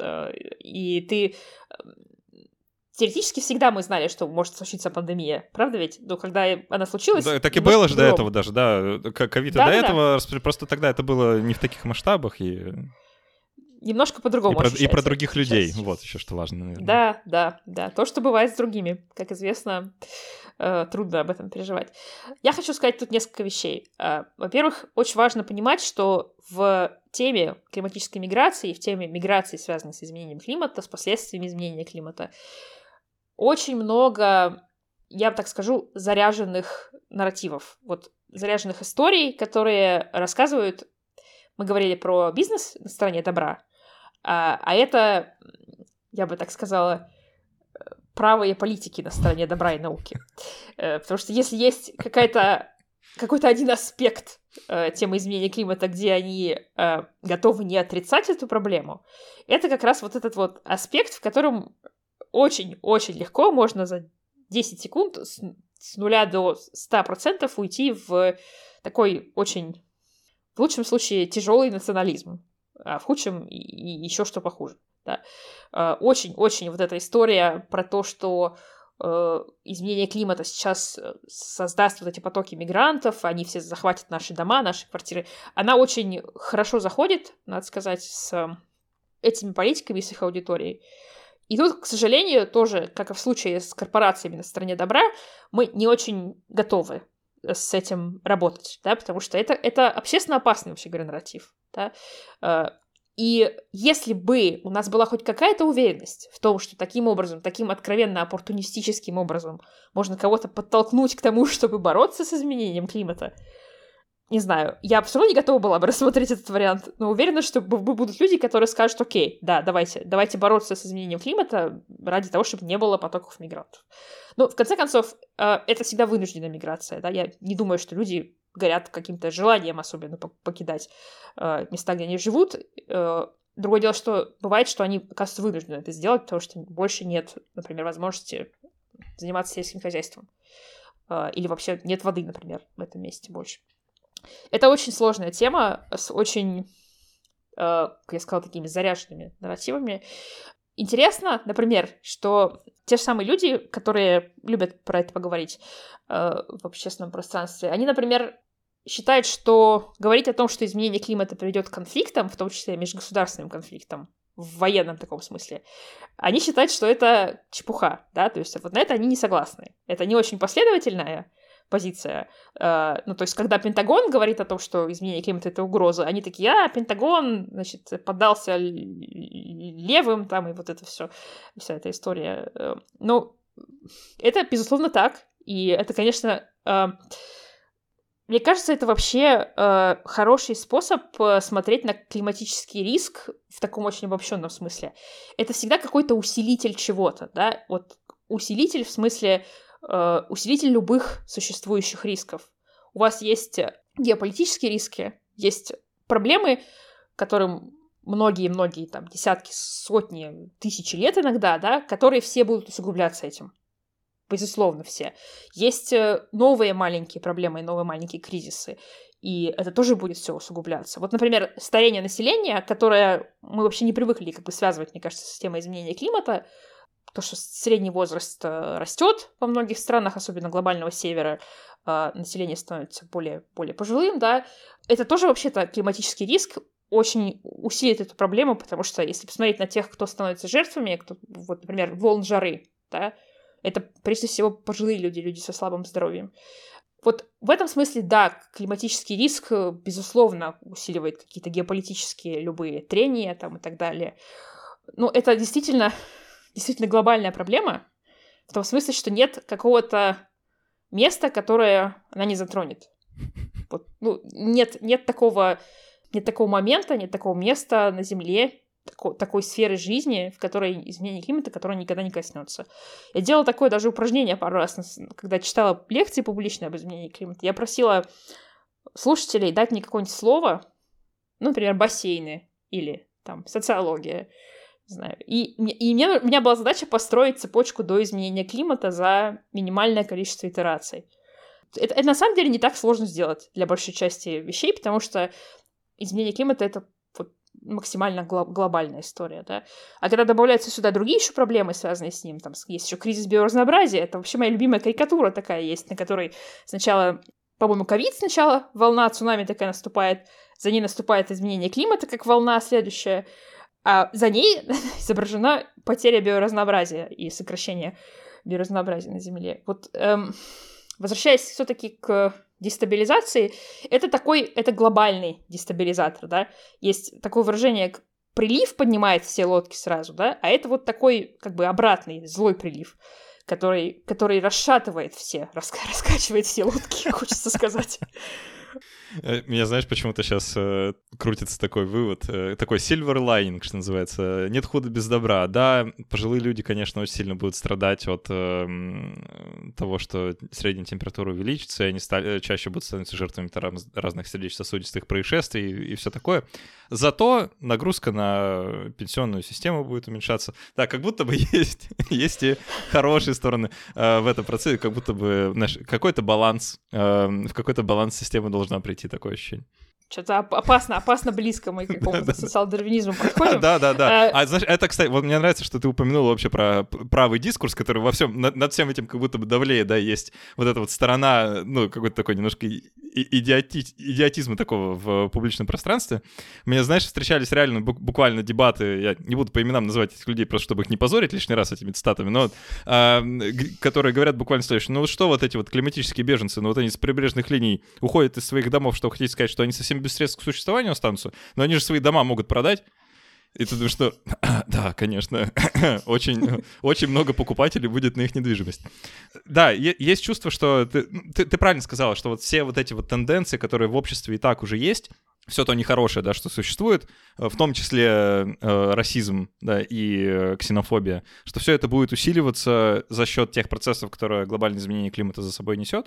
и ты... Теоретически всегда мы знали, что может случиться пандемия, правда ведь? Но когда она случилась... Да, так и было же до этого даже, да. Ковид да, до да, этого, да. Просто тогда это было не в таких масштабах и... Немножко по-другому и про, и про других людей, сейчас. Вот еще что важно, наверное. Да, да, да. То, что бывает с другими. Как известно, э, трудно об этом переживать. Я хочу сказать тут несколько вещей. Э, во-первых, очень важно понимать, что в теме климатической миграции, в теме миграции, связанной с изменением климата, с последствиями изменения климата, очень много, я бы так скажу, заряженных нарративов. Вот заряженных историй, которые рассказывают... Мы говорили про бизнес на стороне добра, а, а это, я бы так сказала, правые политики на стороне добра и науки. Потому что если есть какая-то, какой-то один аспект э, темы изменения климата, где они э, готовы не отрицать эту проблему, это как раз вот этот вот аспект, в котором очень-очень легко можно за десять секунд с, с нуля до ста процентов уйти в такой очень... В лучшем случае тяжелый национализм, а в худшем и, и еще что похуже. Да. Очень-очень вот эта история про то, что э, изменение климата сейчас создаст вот эти потоки мигрантов, они все захватят наши дома, наши квартиры, она очень хорошо заходит, надо сказать, с этими политиками, с их аудиторией. И тут, к сожалению, тоже, как и в случае с корпорациями на стороне добра, мы не очень готовы с этим работать, да, потому что это, это общественно опасный, вообще говоря, нарратив, да, и если бы у нас была хоть какая-то уверенность в том, что таким образом, таким откровенно оппортунистическим образом можно кого-то подтолкнуть к тому, чтобы бороться с изменением климата, не знаю, я все равно не готова была бы рассмотреть этот вариант, но уверена, что будут люди, которые скажут: окей, да, давайте, давайте бороться с изменением климата ради того, чтобы не было потоков мигрантов. Но, в конце концов, это всегда вынужденная миграция, да, я не думаю, что люди горят каким-то желанием особенно покидать места, где они живут. Другое дело, что бывает, что они, оказывается, вынуждены это сделать, потому что больше нет, например, возможности заниматься сельским хозяйством. Или вообще нет воды, например, в этом месте больше. Это очень сложная тема с очень, как я сказала, такими заряженными нарративами. Интересно, например, что те же самые люди, которые любят про это поговорить в общественном пространстве, они, например, считают, что говорить о том, что изменение климата приведет к конфликтам, в том числе межгосударственным конфликтам, в военном таком смысле, они считают, что это чепуха, да, то есть вот на это они не согласны. Это не очень последовательная позиция. Ну, то есть, когда Пентагон говорит о том, что изменение климата — это угроза, они такие: а, Пентагон, значит, поддался левым, там, и вот это все, вся эта история. Ну, это, безусловно, так. И это, конечно, мне кажется, это вообще хороший способ смотреть на климатический риск в таком очень обобщенном смысле. Это всегда какой-то усилитель чего-то, да, вот усилитель в смысле усилитель любых существующих рисков. У вас есть геополитические риски, есть проблемы, которым многие-многие, там, десятки, сотни, тысячи лет иногда, да, которые все будут усугубляться этим. безусловно, все. Есть новые маленькие проблемы и новые маленькие кризисы, и это тоже будет все усугубляться. Вот, например, старение населения, которое мы вообще не привыкли как бы связывать, мне кажется, с темой изменения климата, то, что средний возраст растет во многих странах, особенно глобального севера, население становится более, более пожилым, да, это тоже вообще-то климатический риск, очень усилит эту проблему, потому что если посмотреть на тех, кто становится жертвами, кто, вот, например, волн жары, да, это прежде всего пожилые люди, люди со слабым здоровьем. Вот в этом смысле, да, климатический риск, безусловно, усиливает какие-то геополитические любые трения там, и так далее. Но это действительно, действительно глобальная проблема, в том смысле, что нет какого-то места, которое она не затронет. Вот, ну, нет, нет такого... Нет такого момента, нет такого места на Земле, тако, такой сферы жизни, в которой изменение климата, которое никогда не коснется. Я делала такое даже упражнение пару раз, когда читала лекции публичные об изменении климата. Я просила слушателей дать мне какое-нибудь слово, ну, например, бассейны или там социология, не знаю. И, и мне, у меня была задача построить цепочку до изменения климата за минимальное количество итераций. Это, это на самом деле не так сложно сделать для большей части вещей, потому что изменение климата — это вот максимально гло- глобальная история, да. А когда добавляются сюда другие еще проблемы, связанные с ним, там есть еще кризис биоразнообразия, это вообще моя любимая карикатура такая есть, на которой сначала, по-моему, ковид сначала, волна цунами такая наступает, за ней наступает изменение климата, как волна следующая, а за ней изображена потеря биоразнообразия и сокращение биоразнообразия на Земле. Вот эм, возвращаясь все-таки к дестабилизации, это такой, это глобальный дестабилизатор, да. Есть такое выражение, как прилив поднимает все лодки сразу, да, а это вот такой, как бы, обратный, злой прилив, который, который расшатывает все, раска- раскачивает все лодки, хочется сказать. Меня, знаешь, почему-то сейчас э, крутится такой вывод, э, такой silver lining, что называется. Нет худа без добра. Да, пожилые люди, конечно, очень сильно будут страдать от э, того, что средняя температура увеличится, и они стали, чаще будут становиться жертвами раз, разных сердечно-сосудистых происшествий и, и все такое. Зато нагрузка на пенсионную систему будет уменьшаться. Да, как будто бы есть, есть и хорошие стороны э, в этом процессе, как будто бы, знаешь, какой-то баланс, э, в какой-то баланс системы должна прийти, такое ощущение. Что-то опасно, опасно близко мы к какому-то социал-дарвинизму подходим. Да, да, да. А знаешь, это, кстати, вот мне нравится, что ты упомянула вообще про правый дискурс, который во всем, над, над всем этим как будто бы давлеет, да, есть вот эта вот сторона, ну, какой-то такой немножко идиоти, идиотизма такого в публичном пространстве. Мне, знаешь, встречались реально буквально дебаты, я не буду по именам называть этих людей, просто чтобы их не позорить лишний раз этими цитатами, но а, которые говорят буквально следующее: ну что вот эти вот климатические беженцы, ну вот они с прибрежных линий уходят из своих домов, что вы хотите сказать, что они совсем без средств к существованию останутся, но они же свои дома могут продать. И ты думаешь, что да, конечно, очень, очень много покупателей будет на их недвижимость. Да, есть чувство, что ты, ты, ты правильно сказала, что вот все вот эти вот тенденции, которые в обществе и так уже есть, все то нехорошее, да, что существует, в том числе э, расизм, да, и э, ксенофобия, что все это будет усиливаться за счет тех процессов, которые глобальное изменение климата за собой несет.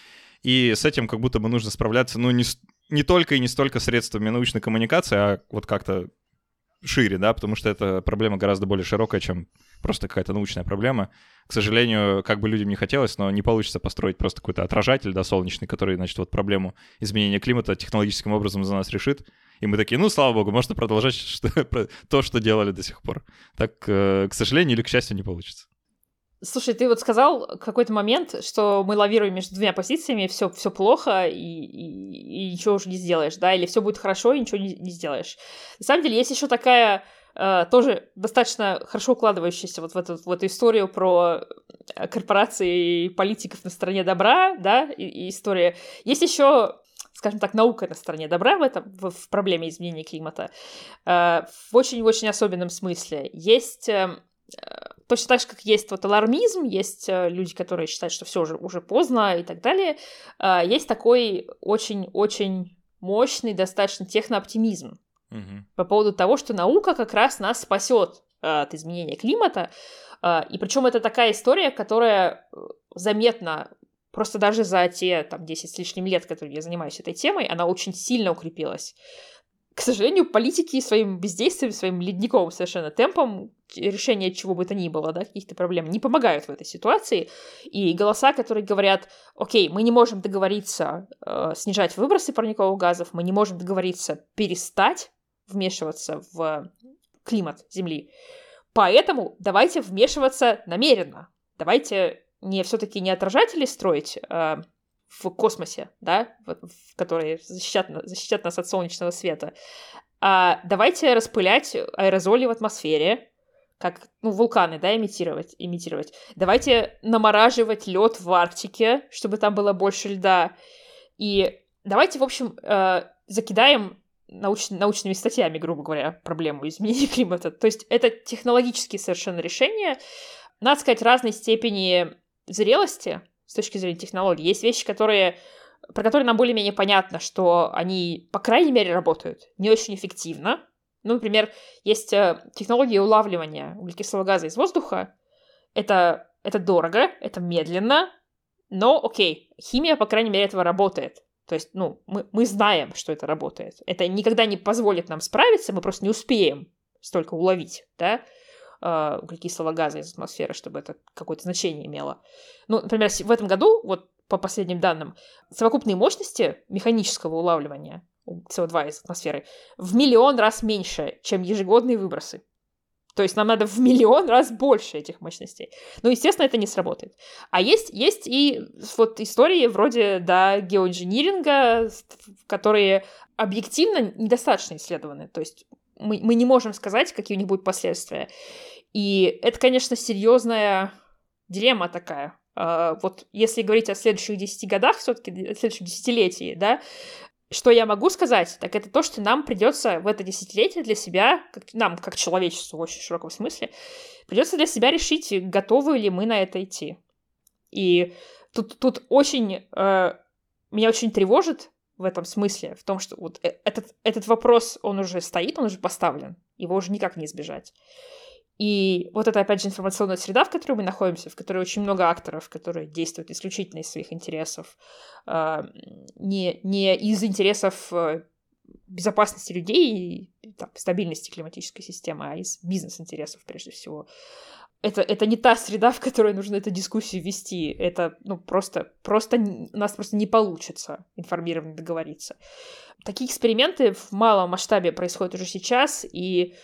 И с этим как будто бы нужно справляться, ну, не, не только и не столько средствами научной коммуникации, а вот как-то шире, да, потому что эта проблема гораздо более широкая, чем просто какая-то научная проблема. К сожалению, как бы людям не хотелось, но не получится построить просто какой-то отражатель, да, солнечный, который, значит, вот проблему изменения климата технологическим образом за нас решит. И мы такие, ну, слава богу, можно продолжать что, то, что делали до сих пор. Так, к сожалению или к счастью, не получится. Слушай, ты вот сказал в какой-то момент, что мы лавируем между двумя позициями, все, все плохо, и, и, и ничего уже не сделаешь, да, или все будет хорошо, и ничего не, не сделаешь. На самом деле есть еще такая, э, тоже достаточно хорошо укладывающаяся вот в эту, в эту историю про корпорации и политиков на стороне добра, да, и, и история. Есть еще, скажем так, наука на стороне добра в этом, в, в проблеме изменения климата, э, в очень-очень особенном смысле. Есть... Э, Точно так же, как есть вот алармизм, есть люди, которые считают, что все уже, уже поздно и так далее. Есть такой очень-очень мощный, достаточно технооптимизм угу. по поводу того, что наука как раз нас спасет от изменения климата. И причем это такая история, которая заметна просто даже за те там, десять с лишним лет, которые я занимаюсь этой темой, она очень сильно укрепилась. к сожалению, политики своим бездействием, своим ледниковым совершенно темпом решения чего бы то ни было, да, каких-то проблем, не помогают в этой ситуации. И голоса, которые говорят, окей, мы не можем договориться э, снижать выбросы парниковых газов, мы не можем договориться перестать вмешиваться в климат Земли, поэтому давайте вмешиваться намеренно. Давайте не все-таки не отражатели строить э, в космосе, да, в, в, которые защитят, защитят нас от солнечного света, а давайте распылять аэрозоли в атмосфере, как, ну, вулканы, да, имитировать, имитировать. Давайте намораживать лед в Арктике, чтобы там было больше льда. И давайте, в общем, э, закидаем науч... научными статьями, грубо говоря, проблему изменения климата. То есть это технологические совершенно решения, надо сказать, разной степени зрелости с точки зрения технологий. Есть вещи, которые, про которые нам более-менее понятно, что они, по крайней мере, работают не очень эффективно. Ну, например, есть технология улавливания углекислого газа из воздуха. Это, это дорого, это медленно, но окей, химия, по крайней мере, этого работает. То есть, ну, мы, мы знаем, что это работает. Это никогда не позволит нам справиться, мы просто не успеем столько уловить, да, углекислого газа из атмосферы, чтобы это какое-то значение имело. Ну, например, в этом году, вот по последним данным, совокупные мощности механического улавливания си о два из атмосферы в миллион раз меньше, чем ежегодные выбросы. То есть нам надо в миллион раз больше этих мощностей. Ну, естественно, это не сработает. А есть, есть и вот истории вроде, да, геоинжиниринга, которые объективно недостаточно исследованы. То есть мы, мы не можем сказать, какие у них будут последствия. И это, конечно, серьезная дилемма такая. Uh, вот если говорить о следующих десяти годах, все-таки о следующем десятилетии, да, что я могу сказать, так это то, что нам придется в это десятилетие для себя, как, нам, как человечеству в очень широком смысле, придется для себя решить, готовы ли мы на это идти. И тут, тут очень... Uh, меня очень тревожит в этом смысле, в том, что вот этот, этот вопрос, он уже стоит, он уже поставлен, его уже никак не избежать. И вот это, опять же, информационная среда, в которой мы находимся, в которой очень много акторов, которые действуют исключительно из своих интересов, не, не из интересов безопасности людей и там, стабильности климатической системы, а из бизнес-интересов прежде всего. Это, это не та среда, в которой нужно эту дискуссию вести. Это, ну, просто, просто у нас просто не получится информированно договориться. Такие эксперименты в малом масштабе происходят уже сейчас, и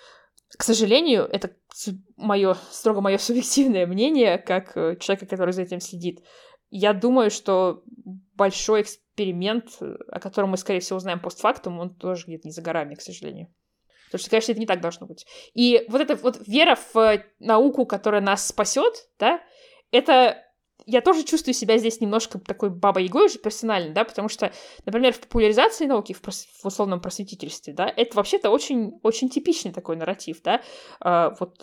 к сожалению, это моё, строго мое субъективное мнение, как человека, который за этим следит. Я думаю, что большой эксперимент, о котором мы, скорее всего, узнаем постфактум, он тоже где-то не за горами, к сожалению. Потому что, конечно, это не так должно быть. И вот эта вот вера в науку, которая нас спасет, да, это... Я тоже чувствую себя здесь немножко такой бабой-ягой уже персонально, да, потому что, например, в популяризации науки, в, прос... в условном просветительстве, да, это вообще-то очень, очень типичный такой нарратив, да, а, вот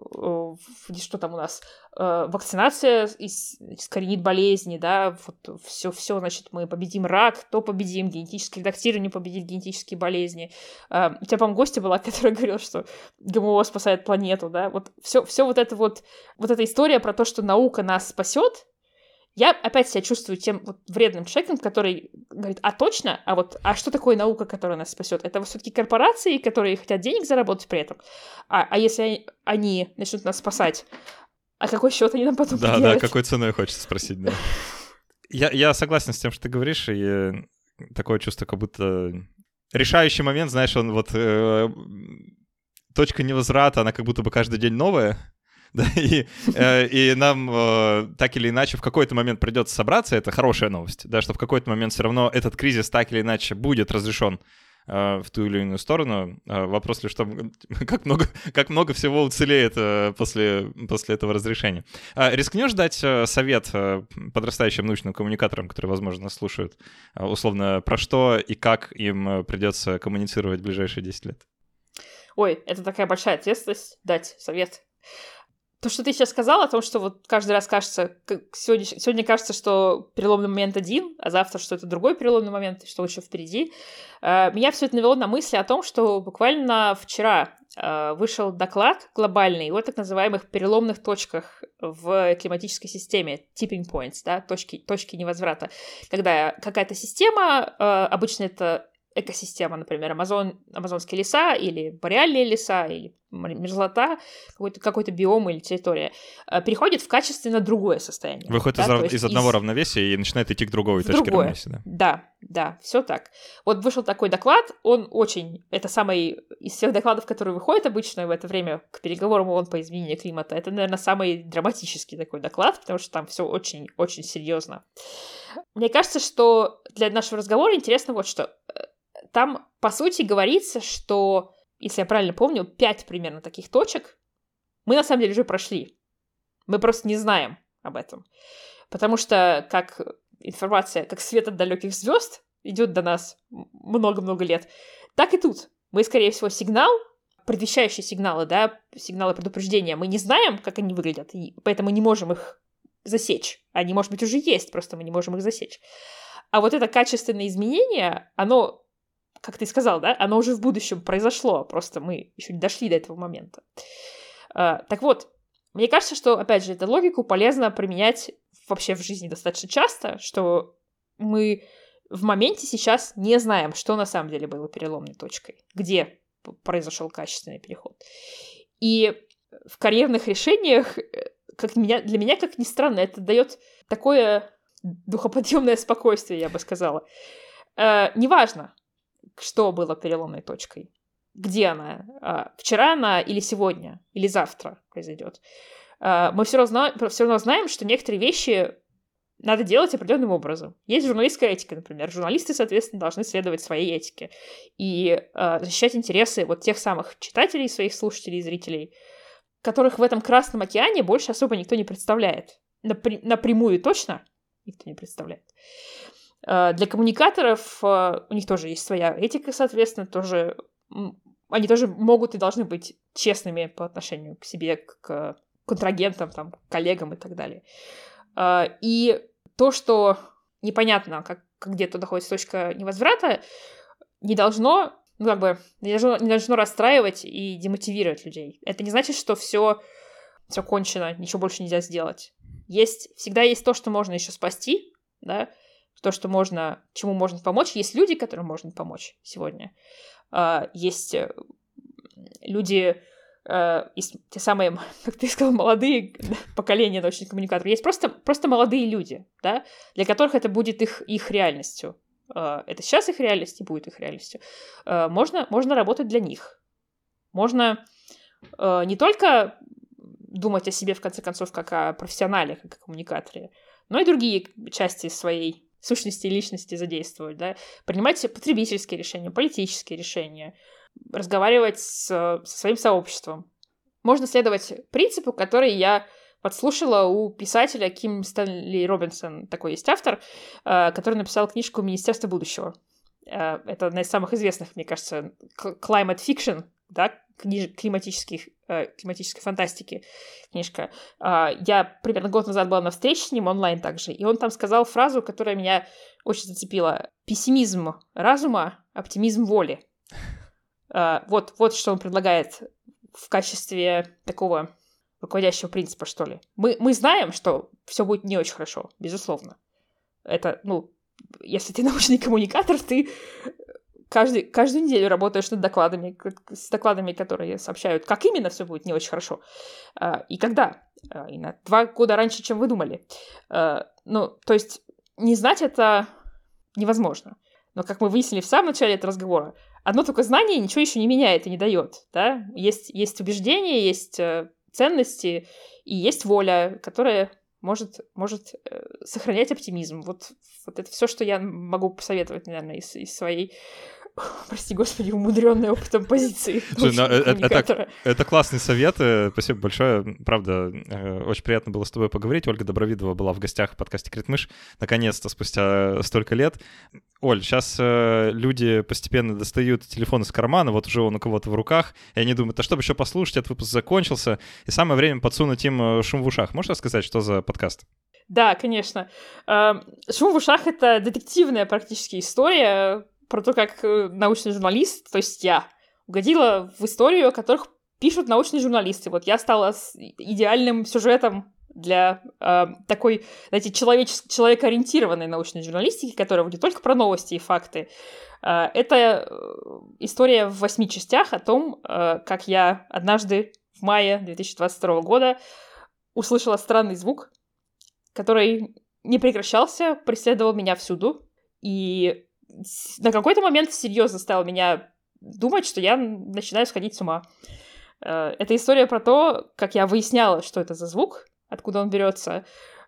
а, что там у нас, а, вакцинация ис... искоренит болезни, да, вот все, все, значит, мы победим рак, то победим, генетическое редактирование победит генетические болезни. А, у тебя, по-моему, гостья была, которая говорила, что ГМО спасает планету, да, вот все, все вот это вот, вот эта история про то, что наука нас спасет. Я опять себя чувствую тем вот вредным человеком, который говорит, а точно? А вот, а что такое наука, которая нас спасет? Это все-таки корпорации, которые хотят денег заработать при этом. А, а если они начнут нас спасать, а какой счет они нам потом да, поделают? Да, какой ценой хочется спросить, да. я, я согласен с тем, что ты говоришь, и такое чувство, как будто решающий момент, знаешь, он вот э, точка невозврата, она как будто бы каждый день новая. Да, и, э, и нам э, так или иначе в какой-то момент придется собраться, это хорошая новость, да, что в какой-то момент все равно этот кризис так или иначе будет разрешен э, в ту или иную сторону. Э, вопрос лишь в том, как много, как много всего уцелеет э, после, после этого разрешения. Э, рискнешь дать э, совет э, подрастающим научным коммуникаторам, которые, возможно, нас слушают, э, условно, про что и как им придется коммуницировать в ближайшие десять лет? Ой, это такая большая ответственность дать совет. То, что ты сейчас сказала, о том, что вот каждый раз кажется, как сегодня, сегодня кажется, что переломный момент один, а завтра, что это другой переломный момент, и что еще впереди, э, меня все это навело на мысли о том, что буквально вчера э, вышел доклад глобальный о так называемых переломных точках в климатической системе, tipping points, да, точки, точки невозврата, когда какая-то система, э, обычно это экосистема, например, Амазон, амазонские леса или бореальные леса, или мерзлота, какой-то, какой-то биом или территория, переходит в качественно другое состояние. Выходит да? из, из одного из... равновесия и начинает идти к другой точке другое. равновесия. Да, да, да, все так. Вот вышел такой доклад, он очень... Это самый... Из всех докладов, которые выходят обычно в это время к переговорам ООН по изменению климата, это, наверное, самый драматический такой доклад, потому что там все очень-очень серьезно. Мне кажется, что для нашего разговора интересно вот что... Там, по сути, говорится, что, если я правильно помню, пять примерно таких точек мы, на самом деле, уже прошли. Мы просто не знаем об этом. Потому что, как информация, как свет от далеких звезд идет до нас много-много лет, так и тут. Мы, скорее всего, сигнал, предвещающие сигналы, да, сигналы предупреждения, мы не знаем, как они выглядят, и поэтому не можем их засечь. Они, может быть, уже есть, просто мы не можем их засечь. А вот это качественное изменение, оно... Как ты сказал, да, оно уже в будущем произошло, просто мы еще не дошли до этого момента. Uh, так вот, мне кажется, что, опять же, эту логику полезно применять вообще в жизни достаточно часто, что мы в моменте сейчас не знаем, что на самом деле было переломной точкой, где произошел качественный переход. И в карьерных решениях, как меня, для меня, как ни странно, это дает такое духоподъемное спокойствие, я бы сказала. Uh, неважно, что было переломной точкой, где она, а, вчера она или сегодня, или завтра произойдет. А, мы все равно, все равно знаем, что некоторые вещи надо делать определенным образом. Есть журналистская этика, например. Журналисты, соответственно, должны следовать своей этике и а, защищать интересы вот тех самых читателей, своих слушателей и зрителей, которых в этом Красном океане больше особо никто не представляет. Напр- напрямую точно никто не представляет. Для коммуникаторов у них тоже есть своя этика, соответственно, тоже, они тоже могут и должны быть честными по отношению к себе, к контрагентам, там, коллегам и так далее. И то, что непонятно, как, где туда находится точка невозврата, не должно, ну, как бы, не должно, не должно расстраивать и демотивировать людей. Это не значит, что все, все кончено, ничего больше нельзя сделать. Есть, всегда есть то, что можно еще спасти, да, то, что можно, чему можно помочь. Есть люди, которым можно помочь сегодня. Есть люди, есть те самые, как ты сказал, молодые поколения научных коммуникаторов. Есть просто, просто молодые люди, да, для которых это будет их, их реальностью. Это сейчас их реальность и будет их реальностью. Можно, можно работать для них. Можно не только думать о себе, в конце концов, как о профессионале, как о коммуникаторе, но и другие части своей сущности и личности задействовать, да, принимать потребительские решения, политические решения, разговаривать с, со своим сообществом. Можно следовать принципу, который я подслушала у писателя Ким Стэнли Робинсон, такой есть автор, который написал книжку «Министерство будущего». Это одна из самых известных, мне кажется, climate fiction, да, книж... климатических, э, климатической фантастики книжка. Э, я примерно год назад была на встрече с ним онлайн также, и он там сказал фразу, которая меня очень зацепила. Пессимизм разума, оптимизм воли. Э, вот, вот что он предлагает в качестве такого руководящего принципа, что ли. Мы, мы знаем, что все будет не очень хорошо, безусловно. Это, ну, если ты научный коммуникатор, ты каждый, каждую неделю работаешь над докладами, с докладами, которые сообщают, как именно все будет не очень хорошо. И когда. И на два года раньше, чем вы думали. Ну, то есть не знать это невозможно. Но, как мы выяснили в самом начале этого разговора, одно только знание ничего еще не меняет и не дает. Да? Есть, есть убеждения, есть ценности и есть воля, которая может, может э, сохранять оптимизм. Вот, вот это все, что я могу посоветовать, наверное, из, из своей, прости господи, умудренной опытом позиции. Слушай, ну, это, это, это классный совет. Спасибо большое. Правда, очень приятно было с тобой поговорить. Ольга Добровидова была в гостях в подкасте «Критмыш». Наконец-то, спустя столько лет. Оль, сейчас э, люди постепенно достают телефон из кармана, вот уже он у кого-то в руках, и они думают, а чтобы еще послушать, этот выпуск закончился, и самое время подсунуть им шум в ушах. Можешь рассказать, что за подкаст? Да, конечно. «Шум в ушах» — это детективная практически история про то, как научный журналист, то есть я, угодила в историю, о которых пишут научные журналисты. Вот я стала с идеальным сюжетом для э, такой, знаете, человечес- человекоориентированной научной журналистики, которая не только про новости и факты. Э, это история в восьми частях о том, э, как я однажды в мае две тысячи двадцать второго года услышала странный звук, который не прекращался, преследовал меня всюду, и на какой-то момент серьезно заставил меня думать, что я начинаю сходить с ума. Это история про то, как я выясняла, что это за звук, откуда он берется,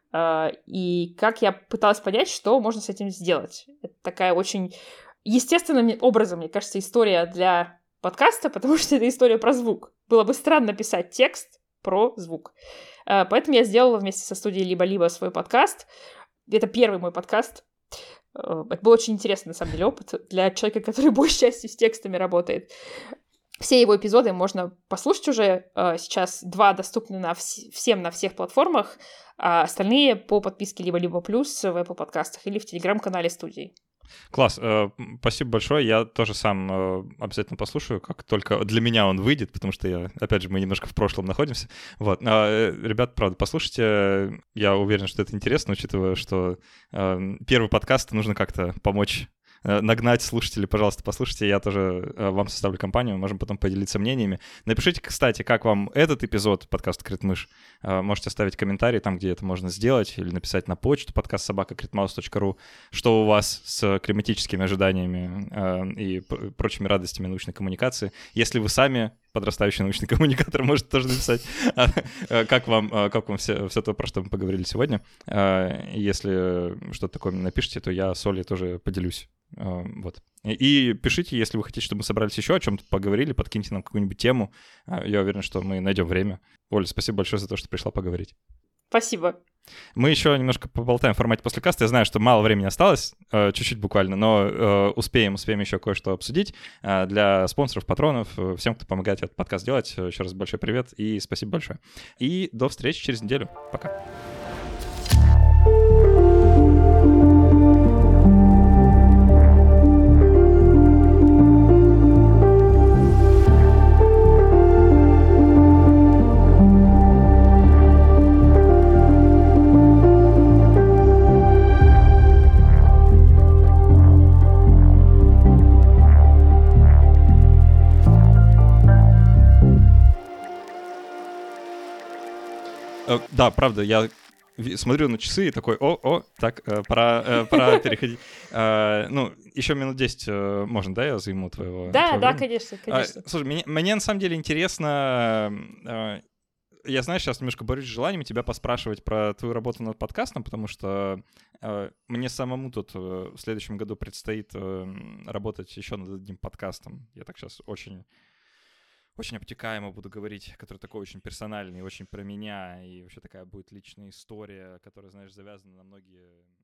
и как я пыталась понять, что можно с этим сделать. Это такая очень естественным образом, мне кажется, история для подкаста, потому что это история про звук. Было бы странно писать текст про звук. Поэтому я сделала вместе со студией «Либо-либо» свой подкаст. Это первый мой подкаст. Это был очень интересный, на самом деле, опыт для человека, который большей частью с текстами работает. Все его эпизоды можно послушать уже. Сейчас два доступны на вс- всем на всех платформах, а остальные по подписке «Либо-либо плюс» в Apple подкастах или в телеграм-канале студии. Класс, спасибо большое. Я тоже сам обязательно послушаю, как только для меня он выйдет, потому что, я, опять же, мы немножко в прошлом находимся. Вот. Ребят, правда, послушайте. Я уверен, что это интересно, учитывая, что первый подкаст нужно как-то помочь нагнать слушателей. Пожалуйста, послушайте, я тоже вам составлю компанию, можем потом поделиться мнениями. Напишите, кстати, как вам этот эпизод подкаста «Критмыш». Можете оставить комментарий там, где это можно сделать, или написать на почту подкаст собака критмаус точка ру, что у вас с климатическими ожиданиями и прочими радостями научной коммуникации. Если вы сами подрастающий научный коммуникатор, может тоже написать, как вам, как вам все, все то, про что мы поговорили сегодня. Если что-то такое напишите, то я с Олей тоже поделюсь. Вот. И пишите, если вы хотите, чтобы мы собрались еще о чем-то поговорили, подкиньте нам какую-нибудь тему. Я уверен, что мы найдем время. Оля, спасибо большое за то, что пришла поговорить. Спасибо. Мы еще немножко поболтаем в формате после каста. Я знаю, что мало времени осталось, чуть-чуть буквально, но успеем, успеем еще кое-что обсудить. Для спонсоров, патронов, всем, кто помогает этот подкаст делать, еще раз большой привет и спасибо большое. И до встречи через неделю. Пока. Да, правда, я смотрю на часы и такой, о, о, так, пора, пора переходить. Ну, еще минут десять можно, да, я займу твоего? Да, твоего да, времени? конечно, конечно. Слушай, мне, мне на самом деле интересно, я, знаешь, сейчас немножко борюсь с желанием тебя поспрашивать про твою работу над подкастом, потому что мне самому тут в следующем году предстоит работать еще над одним подкастом. Я так сейчас очень... очень обтекаемо буду говорить, который такой очень персональный, очень про меня, и вообще такая будет личная история, которая, знаешь, завязана на многие